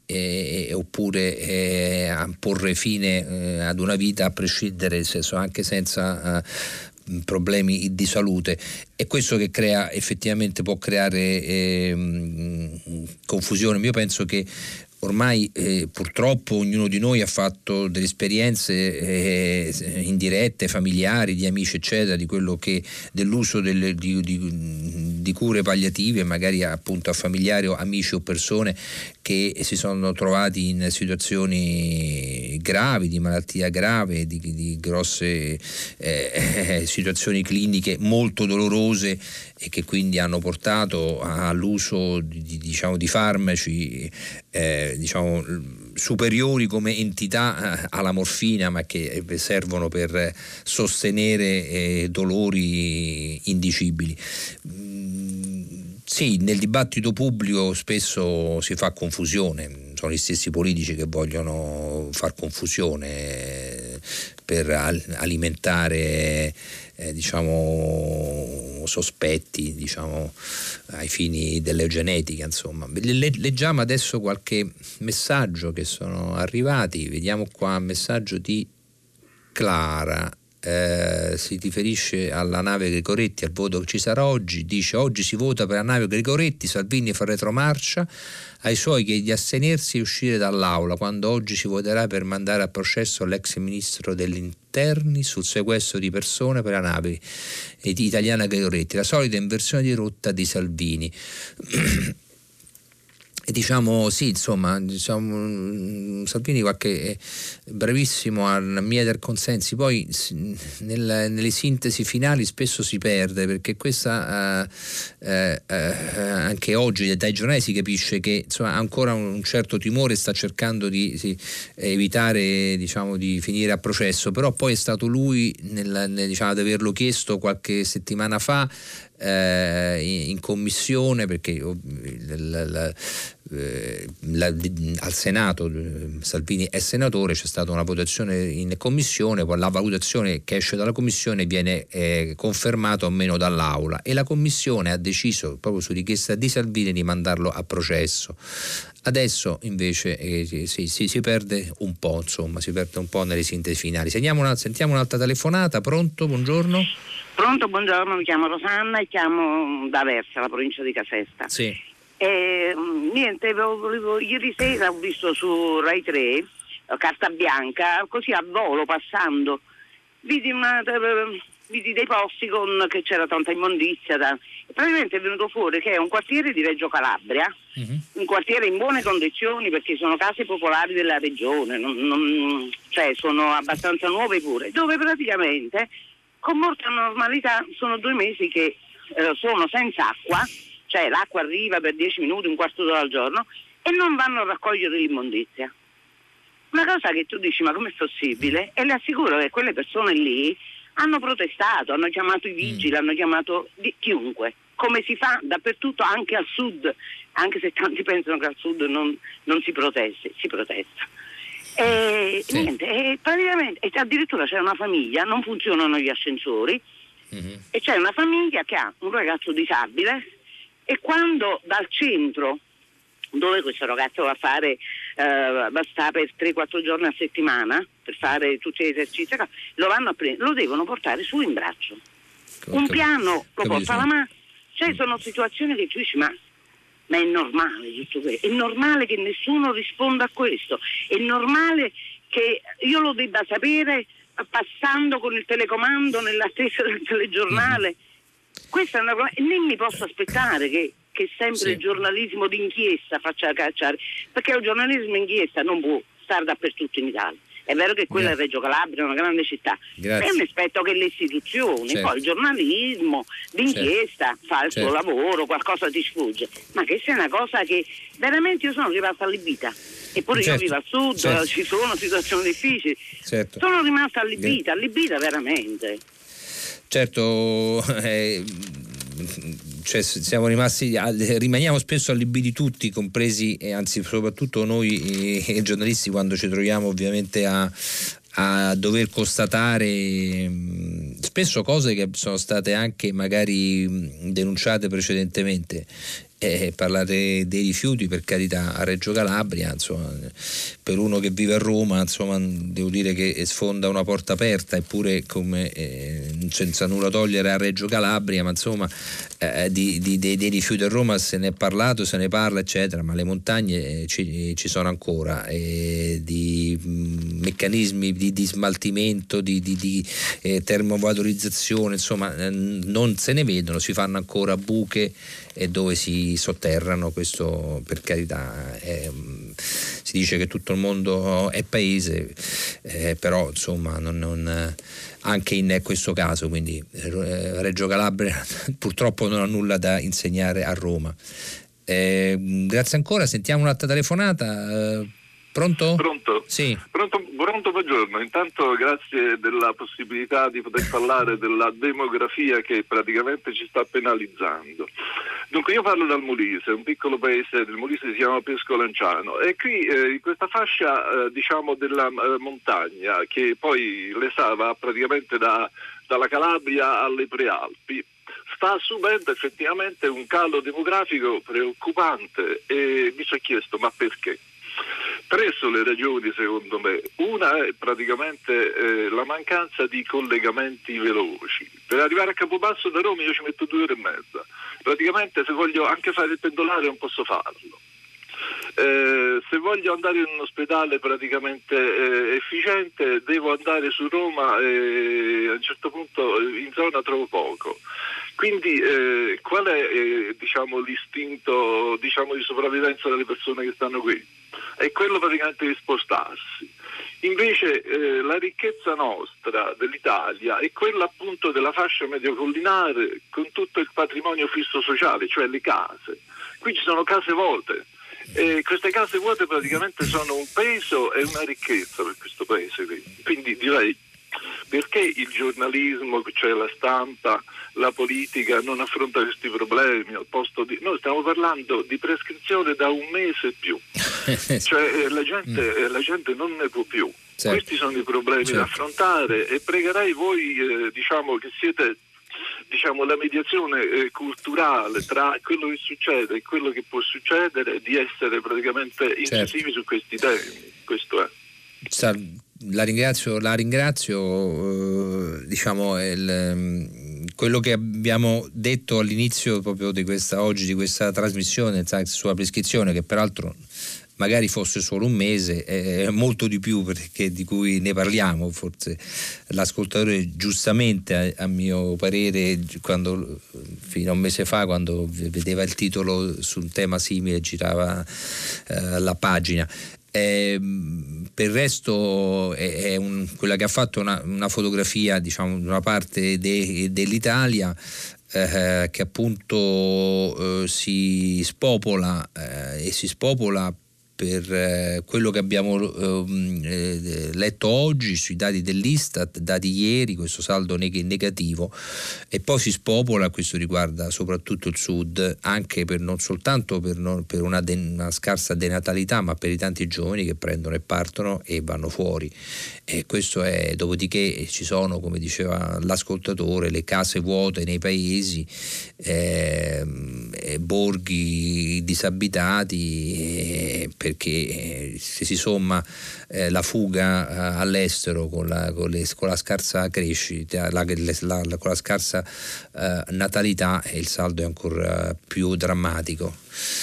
oppure a porre fine ad una vita a prescindere, nel senso, anche senza problemi di salute. È questo che crea, effettivamente può creare confusione. Io penso che ormai purtroppo ognuno di noi ha fatto delle esperienze indirette, familiari, di amici eccetera, di quello che dell'uso di cure palliative, magari appunto a familiari o amici o persone che si sono trovati in situazioni gravi, di malattia grave, di grosse situazioni cliniche molto dolorose, e che quindi hanno portato all'uso di farmaci superiori come entità alla morfina, ma che servono per sostenere dolori indicibili. Sì, nel dibattito pubblico spesso si fa confusione, sono gli stessi politici che vogliono far confusione per alimentare sospetti ai fini dell'eugenetica, insomma. Leggiamo adesso qualche messaggio che sono arrivati. Vediamo qua un messaggio di Clara. Si riferisce alla nave Gregoretti, al voto che ci sarà oggi. Dice: oggi si vota per la nave Gregoretti, Salvini fa retromarcia, ai suoi chiede di astenersi e uscire dall'aula, quando oggi si voterà per mandare a processo l'ex ministro degli interni sul sequestro di persone per la nave italiana Gregoretti, la solita inversione di rotta di Salvini. E Salvini è bravissimo a mietere consensi, poi nelle sintesi finali spesso si perde, perché questa anche oggi dai giornali si capisce che ha ancora un certo timore, sta cercando di evitare di finire a processo, però poi è stato lui ad averlo chiesto qualche settimana fa in commissione, perché al Senato Salvini è senatore, c'è stata una votazione in commissione, poi la valutazione che esce dalla commissione viene confermato o meno dall'Aula, e la commissione ha deciso proprio su richiesta di Salvini di mandarlo a processo. Adesso invece si perde un po', nelle sintesi finali. Sentiamo un'altra telefonata. Pronto? Buongiorno. Pronto, buongiorno, mi chiamo Rosanna e chiamo da Versa, la provincia di Caserta. Sì. Niente, ieri sera ho visto su Rai 3 carta bianca, così a volo passando vidi dei posti che c'era tanta immondizia. Praticamente è venuto fuori che è un quartiere di Reggio Calabria, un quartiere in buone condizioni perché sono case popolari della regione, cioè sono abbastanza nuove pure, dove praticamente con molta normalità sono 2 mesi che sono senza acqua, cioè l'acqua arriva per 10 minuti, un quarto d'ora al giorno e non vanno a raccogliere l'immondizia. Una cosa che tu dici, ma com'è possibile? E le assicuro che quelle persone lì hanno protestato, hanno chiamato i vigili, hanno chiamato chiunque, come si fa dappertutto, anche al sud, anche se tanti pensano che al sud non si protesti, si protesta. E sì. Niente, e praticamente, e addirittura c'è una famiglia, non funzionano gli ascensori, e c'è una famiglia che ha un ragazzo disabile e quando dal centro, dove questo ragazzo va a fare, sta per 3-4 giorni a settimana per fare tutti gli esercizi, lo vanno a prendere, lo devono portare su in braccio. Un piano lo porta alla mano, cioè sono situazioni che tu dici ma è normale tutto questo, è normale che nessuno risponda a questo, è normale che io lo debba sapere passando con il telecomando nell'attesa del telegiornale. Questa è una cosa, e né mi posso aspettare che sempre il giornalismo d'inchiesta faccia cacciare, perché il giornalismo d'inchiesta non può stare dappertutto in Italia. È vero che quella è Reggio Calabria, è una grande città, ma io mi aspetto che le istituzioni, poi il giornalismo d'inchiesta fa il suo lavoro, qualcosa ti sfugge, ma che sia una cosa che veramente io sono rimasta allibita. Eppure io vivo al sud, ci sono situazioni difficili, sono rimasta allibita veramente. Certo, cioè siamo rimasti, rimaniamo spesso allibiti tutti, compresi e anzi soprattutto noi giornalisti, quando ci troviamo ovviamente a dover constatare spesso cose che sono state anche magari denunciate precedentemente. Parlare dei rifiuti, per carità, a Reggio Calabria, insomma, per uno che vive a Roma, insomma, devo dire che sfonda una porta aperta, eppure come senza nulla togliere a Reggio Calabria, ma insomma dei rifiuti a Roma se ne è parlato, se ne parla eccetera, ma le montagne ci sono ancora, di meccanismi di smaltimento, di termovalorizzazione, insomma non se ne vedono, si fanno ancora buche dove si sotterrano. Questo, per carità, si dice che tutto il mondo è paese, però insomma non anche in questo caso, quindi Reggio Calabria purtroppo non ha nulla da insegnare a Roma. Grazie ancora, sentiamo un'altra telefonata. Pronto? Pronto? Sì. Pronto, buongiorno. Intanto grazie della possibilità di poter parlare della demografia che praticamente ci sta penalizzando. Dunque io parlo dal Molise, un piccolo paese del Molise, si chiama Pesco-Lanciano, e qui in questa fascia diciamo della montagna, che poi va praticamente dalla Calabria alle Prealpi, sta subendo effettivamente un calo demografico preoccupante, e mi sono chiesto ma perché? 3 sono le ragioni secondo me. Una è praticamente la mancanza di collegamenti veloci. Per arrivare a Campobasso da Roma io ci metto 2 ore e mezza. Praticamente se voglio anche fare il pendolare non posso farlo. Se voglio andare in un ospedale praticamente efficiente devo andare su Roma e a un certo punto in zona trovo poco. Quindi qual è diciamo l'istinto diciamo di sopravvivenza delle persone che stanno qui? È quello praticamente di spostarsi. Invece la ricchezza nostra dell'Italia è quella appunto della fascia mediocollinare con tutto il patrimonio fisso sociale, cioè le case. Qui ci sono case vuote e queste case vuote praticamente sono un peso e una ricchezza per questo paese qui. Quindi direi, perché il giornalismo, cioè la stampa, la politica non affronta questi problemi al posto di... Noi stiamo parlando di prescrizione da 1 mese e più, cioè la gente non ne può più. Certo. Questi sono i problemi da affrontare e pregherei voi diciamo che siete diciamo la mediazione culturale tra quello che succede e quello che può succedere, di essere praticamente incisivi su questi temi. Questo è. La ringrazio, diciamo quello che abbiamo detto all'inizio proprio di questa trasmissione sulla prescrizione, che peraltro magari fosse solo un mese, molto di più, perché di cui ne parliamo. Forse l'ascoltatore giustamente, a mio parere, quando fino a un mese fa, quando vedeva il titolo su un tema simile, girava la pagina. Per il resto quella che ha fatto una fotografia, diciamo, di una parte dell'Italia che appunto si spopola e si spopola per quello che abbiamo letto oggi sui dati dell'Istat, dati ieri, questo saldo negativo, e poi si spopola, questo riguarda soprattutto il sud, anche non soltanto per una scarsa denatalità, ma per i tanti giovani che prendono e partono e vanno fuori. E questo è, dopodiché ci sono, come diceva l'ascoltatore, le case vuote nei paesi, borghi disabitati, perché se si somma la fuga all'estero con la scarsa crescita, con la scarsa natalità, il saldo è ancora più drammatico.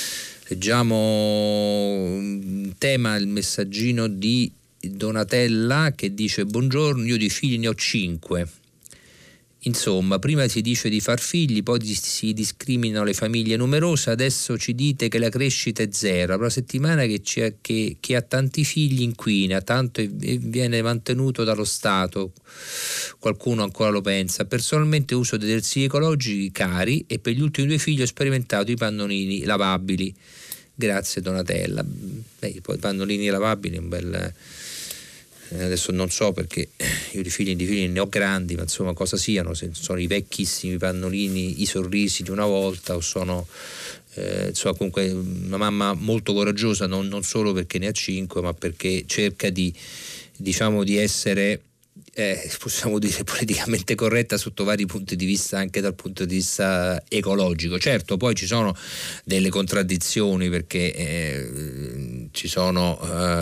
Leggiamo un tema, il messaggino di Donatella, che dice: buongiorno, io di figli ne ho 5. Insomma, prima si dice di far figli, poi si discriminano le famiglie numerose, adesso ci dite che la crescita è zero. La settimana che chi ha tanti figli inquina tanto e viene mantenuto dallo Stato. Qualcuno ancora lo pensa. Personalmente uso detersivi ecologici cari e per gli ultimi 2 figli ho sperimentato i pannolini lavabili. Grazie Donatella. Poi i pannolini lavabili è un bel... adesso non so, perché io di figli ne ho grandi, ma insomma cosa siano, se sono i vecchissimi pannolini, i sorrisi di una volta, o sono insomma comunque una mamma molto coraggiosa, non solo perché ne ha 5, ma perché cerca di essere possiamo dire politicamente corretta sotto vari punti di vista, anche dal punto di vista ecologico. Certo, poi ci sono delle contraddizioni, perché ci sono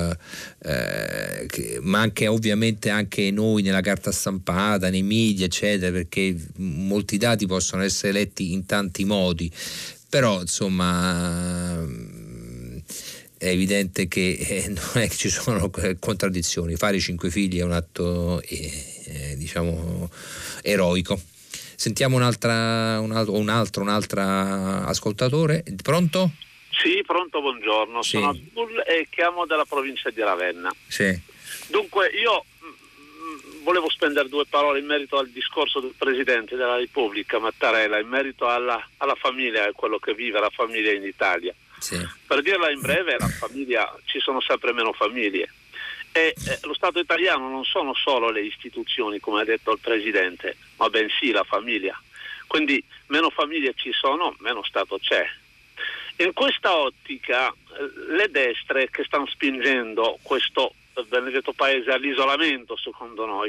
ma anche ovviamente anche noi nella carta stampata, nei media eccetera, perché molti dati possono essere letti in tanti modi, però insomma è evidente che non è che ci sono contraddizioni. Fare 5 figli è un atto diciamo eroico. Sentiamo un'altra ascoltatore. Pronto? Sì, pronto, buongiorno. Sì. Sono Abdul e chiamo dalla provincia di Ravenna. Sì. Dunque io volevo spendere 2 parole in merito al discorso del Presidente della Repubblica Mattarella, in merito alla famiglia e quello che vive la famiglia in Italia. Sì. Per dirla in breve, ci sono sempre meno famiglie e lo Stato italiano non sono solo le istituzioni, come ha detto il Presidente, ma bensì la famiglia. Quindi meno famiglie ci sono, meno Stato c'è. In questa ottica le destre che stanno spingendo questo benedetto paese all'isolamento, secondo noi,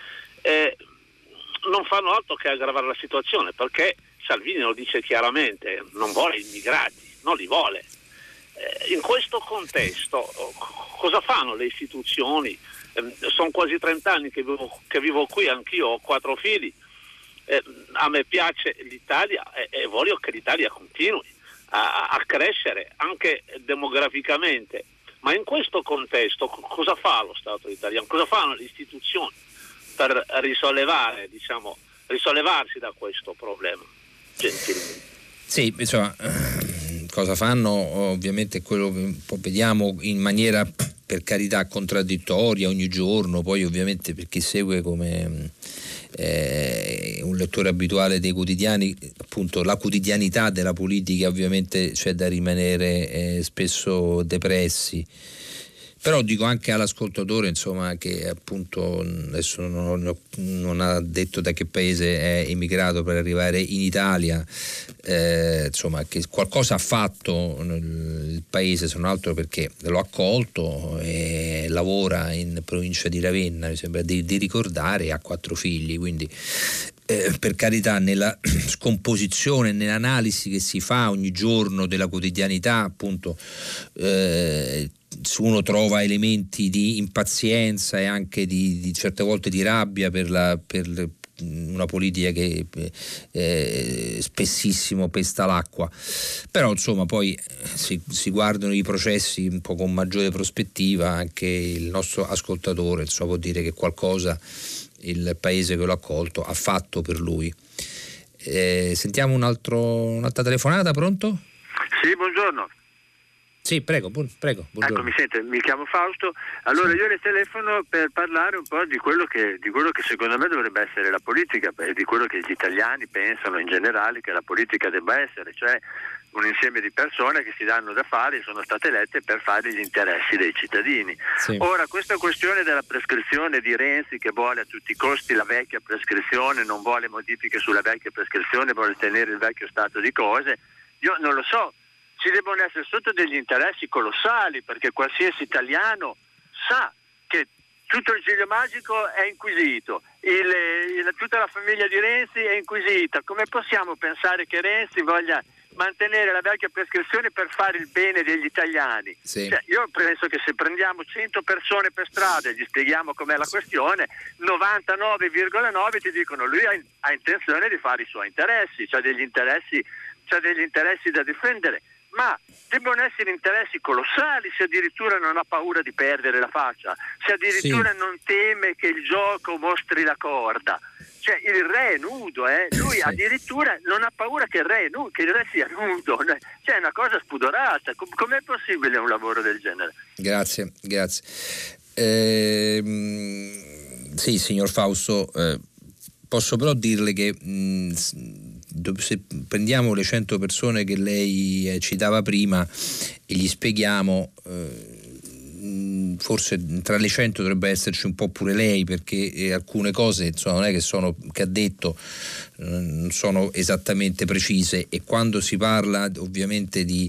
non fanno altro che aggravare la situazione, perché Salvini lo dice chiaramente, non vuole immigrati, non li vuole. In questo contesto cosa fanno le istituzioni? Sono quasi 30 anni che vivo qui, anch'io ho 4 figli, a me piace l'Italia e voglio che l'Italia continui a crescere anche demograficamente, ma in questo contesto cosa fa lo Stato italiano? Cosa fanno le istituzioni per risollevarsi da questo problema? Gentilmente. Sì, insomma, cosa fanno? Ovviamente quello che vediamo in maniera, per carità, contraddittoria ogni giorno. Poi ovviamente per chi segue come un lettore abituale dei quotidiani, appunto la quotidianità della politica, ovviamente c'è da rimanere spesso depressi. Però dico anche all'ascoltatore, insomma, che appunto adesso non ha detto da che paese è emigrato per arrivare in Italia, insomma, che qualcosa ha fatto il paese, se non altro perché l'ho accolto e lavora in provincia di Ravenna, mi sembra di ricordare, ha 4 figli, quindi per carità, nella scomposizione, nell'analisi che si fa ogni giorno della quotidianità, appunto uno trova elementi di impazienza e anche di certe volte di rabbia per una politica che spessissimo pesta l'acqua, però insomma poi si guardano i processi un po' con maggiore prospettiva. Anche il nostro ascoltatore può dire che qualcosa il paese che lo ha accolto ha fatto per lui. Sentiamo un'altra telefonata. Pronto? Sì, buongiorno. Sì, prego, buongiorno. Ecco, mi sente, mi chiamo Fausto. Allora io le telefono per parlare un po' di quello che secondo me dovrebbe essere la politica, di quello che gli italiani pensano in generale che la politica debba essere, cioè un insieme di persone che si danno da fare e sono state elette per fare gli interessi dei cittadini. Sì. Ora, questa questione della prescrizione di Renzi, che vuole a tutti i costi la vecchia prescrizione, non vuole modifiche sulla vecchia prescrizione, vuole tenere il vecchio stato di cose, io non lo so. Ci devono essere sotto degli interessi colossali, perché qualsiasi italiano sa che tutto il Giglio Magico è inquisito, tutta la famiglia di Renzi è inquisita. Come possiamo pensare che Renzi voglia mantenere la vecchia prescrizione per fare il bene degli italiani? Sì. Cioè, io penso che se prendiamo 100 persone per strada e gli spieghiamo com'è la questione, 99,9 ti dicono lui ha intenzione di fare i suoi interessi, c'ha degli interessi da difendere. Ma debbono essere interessi colossali se addirittura non ha paura di perdere la faccia, se addirittura non teme che il gioco mostri la corda. Cioè il re è nudo, lui addirittura non ha paura che il re sia nudo. Cioè è una cosa spudorata. Com'è possibile un lavoro del genere? Grazie. Sì, signor Fausto, posso però dirle che se prendiamo le 100 persone che lei citava prima e gli spieghiamo, forse tra le 100 dovrebbe esserci un po' pure lei, perché alcune cose non è che ha detto non sono esattamente precise, e quando si parla ovviamente di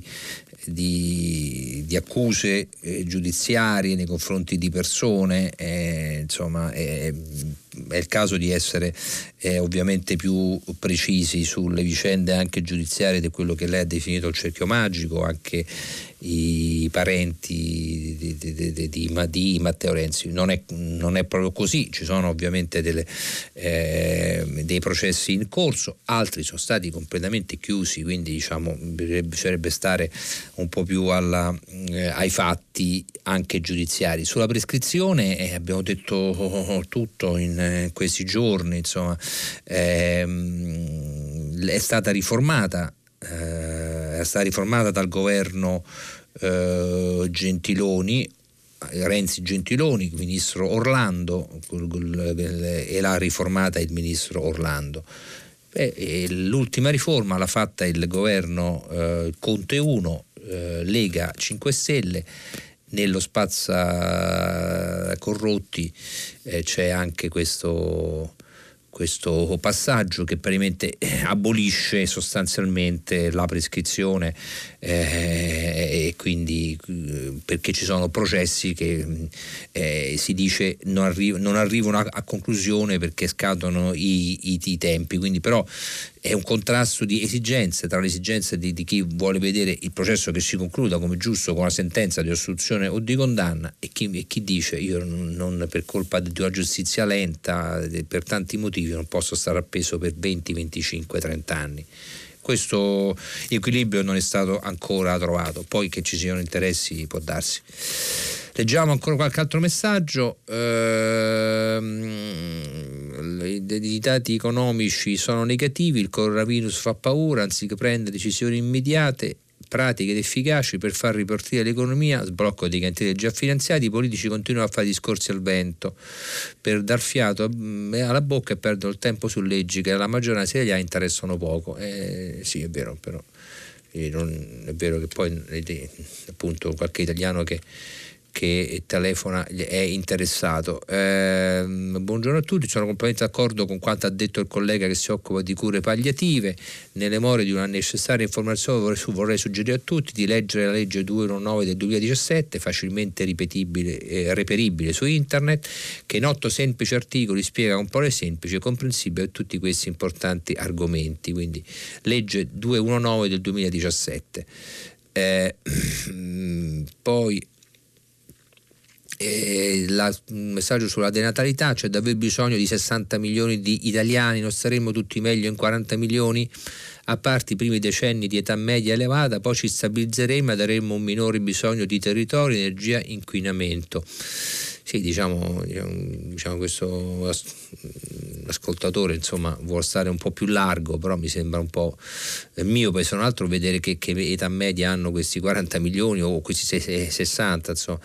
accuse giudiziarie nei confronti di persone, è il caso di essere ovviamente più precisi sulle vicende anche giudiziarie di quello che lei ha definito il cerchio magico, anche i parenti di Matteo Renzi. Non è proprio così, ci sono ovviamente dei processi in corso, altri sono stati completamente chiusi, quindi bisognerebbe stare un po' più ai fatti anche giudiziari. Sulla prescrizione abbiamo detto tutto in questi giorni, è stata riformata dal governo Renzi Gentiloni, ministro Orlando, e l'ha riformata il ministro Orlando. L'ultima riforma l'ha fatta il governo Conte 1, Lega 5 Stelle. Nello spazza corrotti c'è anche questo passaggio che praticamente abolisce sostanzialmente la prescrizione, e quindi perché ci sono processi che si dice non arrivano a conclusione perché scadono i tempi, quindi però è un contrasto di esigenze tra le esigenze di chi vuole vedere il processo che si concluda come giusto con una sentenza di assoluzione o di condanna, e chi dice io non per colpa di una giustizia lenta, per tanti motivi non posso stare appeso per 20, 25, 30 anni. Questo equilibrio non è stato ancora trovato, poi che ci siano interessi può darsi. Leggiamo ancora qualche altro messaggio. I dati economici sono negativi, il coronavirus fa paura, anziché prendere decisioni immediate, pratiche ed efficaci per far ripartire l'economia, sblocco dei cantieri già finanziati, i politici continuano a fare discorsi al vento per dar fiato alla bocca e perdono il tempo su leggi che alla maggioranza degli italiani interessano poco. Sì, è vero, però non è vero che poi appunto qualche italiano che telefona è interessato. Buongiorno a tutti, sono completamente d'accordo con quanto ha detto il collega che si occupa di cure palliative. Nelle more di una necessaria informazione vorrei suggerire a tutti di leggere la legge 219 del 2017, facilmente reperibile su internet, che in 8 semplici articoli spiega con parole semplici e comprensibili tutti questi importanti argomenti. Quindi legge 219 del 2017. Poi il messaggio sulla denatalità: c'è davvero bisogno di 60 milioni di italiani, non staremmo tutti meglio in 40 milioni? A parte i primi decenni di età media elevata, poi ci stabilizzeremo e daremo un minore bisogno di territorio, energia, inquinamento. Sì, diciamo questo ascoltatore insomma vuol stare un po' più largo, però mi sembra un po' miope, se non altro vedere che età media hanno questi 40 milioni o questi 60, insomma.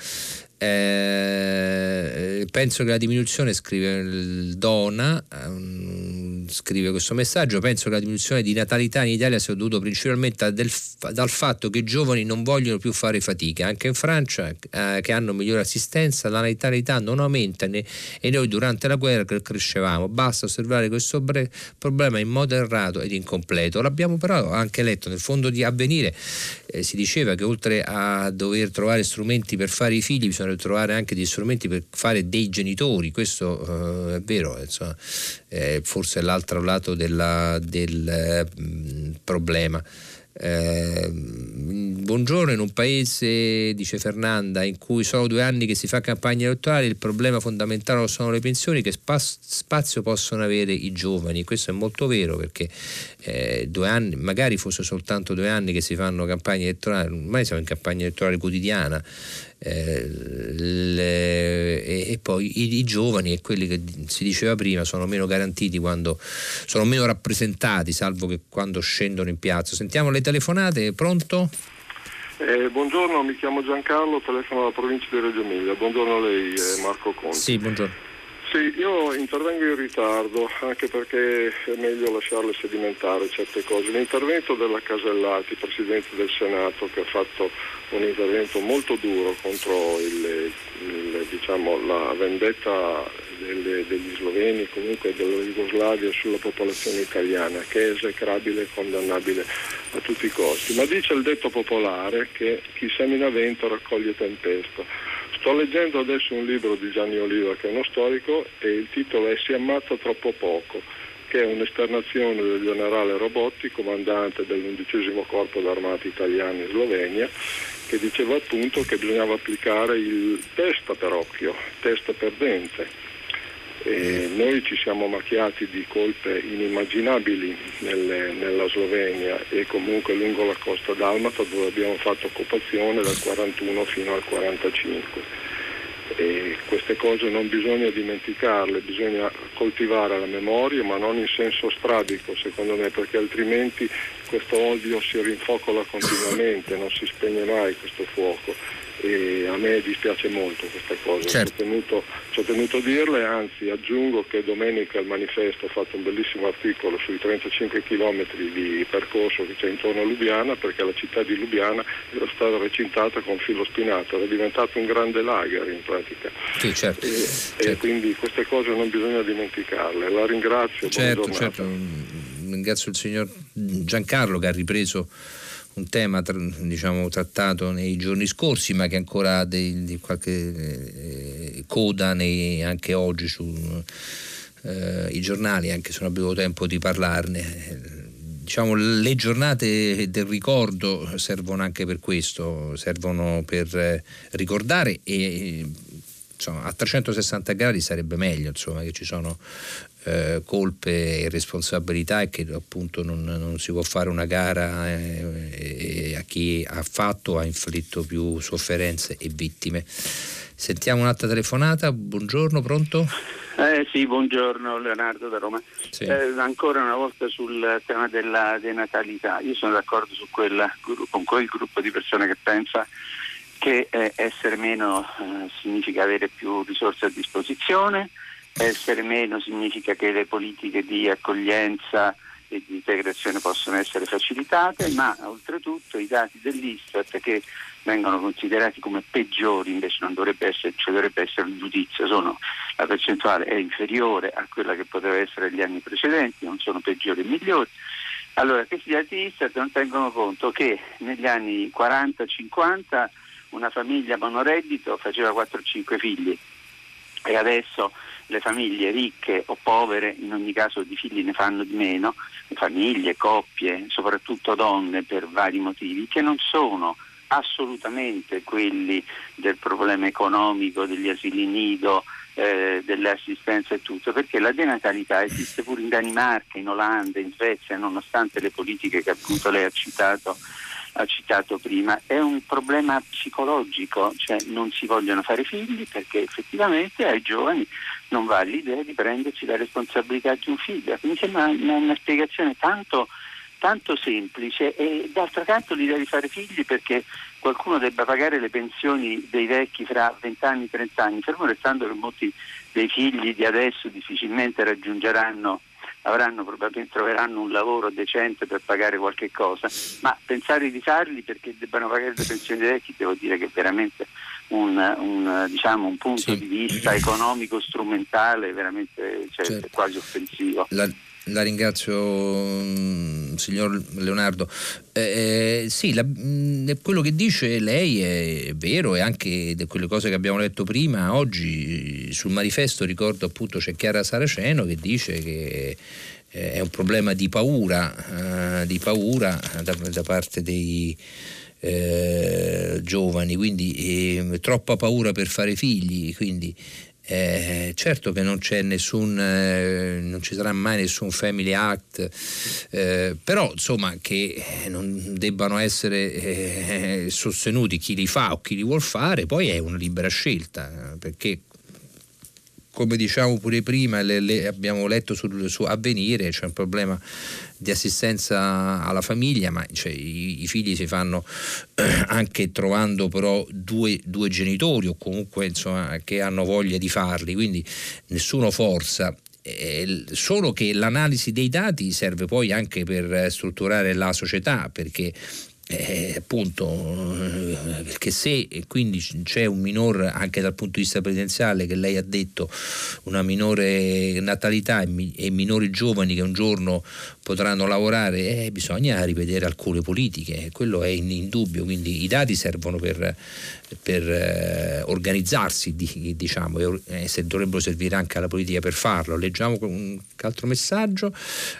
Penso che la diminuzione, scrive il Dona, scrive questo messaggio, penso che la diminuzione di natalità in Italia sia dovuta principalmente dal fatto che i giovani non vogliono più fare fatica. Anche in Francia, che hanno migliore assistenza, la natalità non aumenta e noi durante la guerra crescevamo. Basta osservare questo problema in modo errato ed incompleto. L'abbiamo però anche letto nel fondo di Avvenire, si diceva che oltre a dover trovare strumenti per fare i figli bisogna trovare anche degli strumenti per fare dei genitori. Questo è vero, insomma, forse è l'altro lato del problema. Buongiorno, in un paese, dice Fernanda, in cui sono 2 anni che si fa campagna elettorale, il problema fondamentale non sono le pensioni, che spazio possono avere i giovani. Questo è molto vero, perché 2 anni, magari fosse soltanto 2 anni che si fanno campagna elettorale, ormai siamo in campagna elettorale quotidiana, e poi i giovani e quelli che si diceva prima sono meno garantiti, quando sono meno rappresentati, salvo che quando scendono in piazza. Sentiamo le telefonate. Pronto? Buongiorno, mi chiamo Giancarlo, telefono dalla provincia di Reggio Emilia. Buongiorno a lei, Marco Conti. Sì, buongiorno. Sì, io intervengo in ritardo, anche perché è meglio lasciarle sedimentare certe cose. L'intervento della Casellati, Presidente del Senato, che ha fatto un intervento molto duro contro la vendetta degli sloveni, comunque della Jugoslavia, sulla popolazione italiana, che è esecrabile e condannabile a tutti i costi. Ma dice il detto popolare che chi semina vento raccoglie tempesta. Sto leggendo adesso un libro di Gianni Oliva, che è uno storico, e il titolo è Si ammazza troppo poco, che è un'esternazione del generale Robotti, comandante dell'11° Corpo d'Armata Italiano in Slovenia, che diceva appunto che bisognava applicare il testa per occhio, testa per dente. E noi ci siamo macchiati di colpe inimmaginabili nella Slovenia e comunque lungo la costa dalmata, dove abbiamo fatto occupazione dal 41 fino al 45. E queste cose non bisogna dimenticarle, bisogna coltivare la memoria, ma non in senso strabico, secondo me, perché altrimenti questo odio si rinfocola continuamente, non si spegne mai questo fuoco. E a me dispiace molto questa cosa, certo. Ci ho tenuto a dirle, anzi aggiungo che domenica il Manifesto ha fatto un bellissimo articolo sui 35 chilometri di percorso che c'è intorno a Lubiana, perché la città di Lubiana era stata recintata con filo spinato, era diventato un grande lager in pratica. Sì, certo. E quindi queste cose non bisogna dimenticarle. La ringrazio. Certo. Ringrazio il signor Giancarlo, che ha ripreso un tema trattato nei giorni scorsi, ma che ancora ha di qualche coda anche oggi su i giornali, anche se non abbiamo tempo di parlarne. Le giornate del ricordo servono anche per questo, servono per ricordare, e a 360 gradi sarebbe meglio che ci sono colpe e responsabilità, e che appunto non si può fare una gara a chi ha fatto, ha inflitto più sofferenze e vittime. Sentiamo un'altra telefonata. Buongiorno, pronto? Sì, buongiorno, Leonardo da Roma. Sì. Ancora una volta sul tema della denatalità. Io sono d'accordo con quel gruppo di persone che pensa che essere meno significa avere più risorse a disposizione, essere meno significa che le politiche di accoglienza e di integrazione possono essere facilitate, ma oltretutto i dati dell'Istat, che vengono considerati come peggiori, invece non dovrebbe essere, dovrebbe essere un giudizio, la percentuale è inferiore a quella che poteva essere negli anni precedenti, non sono peggiori e migliori. Allora, questi dati Istat non tengono conto che negli anni 40-50 una famiglia monoreddito faceva 4-5 figli, e adesso le famiglie ricche o povere, in ogni caso di figli ne fanno di meno, famiglie, coppie, soprattutto donne per vari motivi, che non sono assolutamente quelli del problema economico, degli asili nido, delle assistenze e tutto, perché la denatalità esiste pure in Danimarca, in Olanda, in Svezia, nonostante le politiche che appunto lei ha citato prima. È un problema psicologico, cioè non si vogliono fare figli perché effettivamente ai giovani non va l'idea di prendersi la responsabilità di un figlio. Mi sembra una spiegazione tanto semplice, e d'altro canto l'idea di fare figli perché qualcuno debba pagare le pensioni dei vecchi fra 20 anni, 30 anni, fermo restando che molti dei figli di adesso difficilmente probabilmente troveranno un lavoro decente per pagare qualche cosa, ma pensare di farli perché debbano pagare le pensioni dei vecchi, devo dire che è veramente un punto di vista economico strumentale veramente quasi offensivo. La ringrazio, signor Leonardo. Quello che dice lei è vero, e anche quelle cose che abbiamo letto prima oggi sul manifesto. Ricordo appunto c'è Chiara Saraceno che dice che è un problema di paura da parte dei giovani, quindi troppa paura per fare figli, quindi certo che non ci sarà mai nessun Family Act, però insomma che non debbano essere sostenuti chi li fa o chi li vuol fare, poi è una libera scelta, perché come diciamo pure prima, abbiamo letto su Avvenire, c'è un problema di assistenza alla famiglia, ma i figli si fanno anche trovando però due genitori, o comunque insomma che hanno voglia di farli, quindi nessuno forza. Solo che l'analisi dei dati serve poi anche per strutturare la società, perché perché se quindi c'è un minor, anche dal punto di vista previdenziale, che lei ha detto, una minore natalità e minori giovani che un giorno potranno lavorare, bisogna rivedere alcune politiche, quello è indubbio. Quindi i dati servono per organizzarsi, diciamo, e se dovrebbero servire anche alla politica per farlo. Leggiamo un altro messaggio.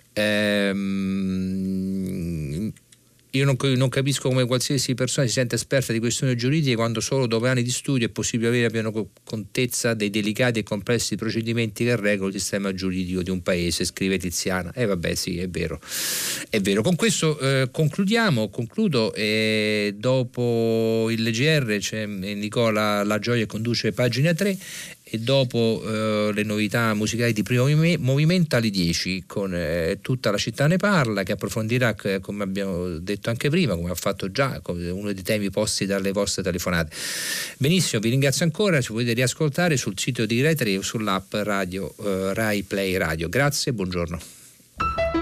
Io non capisco come qualsiasi persona si sente esperta di questioni giuridiche quando solo dopo anni di studio è possibile avere piena contezza dei delicati e complessi procedimenti che regolano il sistema giuridico di un paese, scrive Tiziana. Vabbè, sì, è vero. Con questo concludo, e dopo il GR c'è Nicola La Gioia che conduce Pagina 3, e dopo le novità musicali di Primo Movimento alle 10 con Tutta la città ne parla, che approfondirà, come abbiamo detto anche prima, come ha fatto già, uno dei temi posti dalle vostre telefonate. Benissimo, vi ringrazio ancora, ci potete riascoltare sul sito di Rai 3 o sull'app radio Rai Play Radio. Grazie, buongiorno.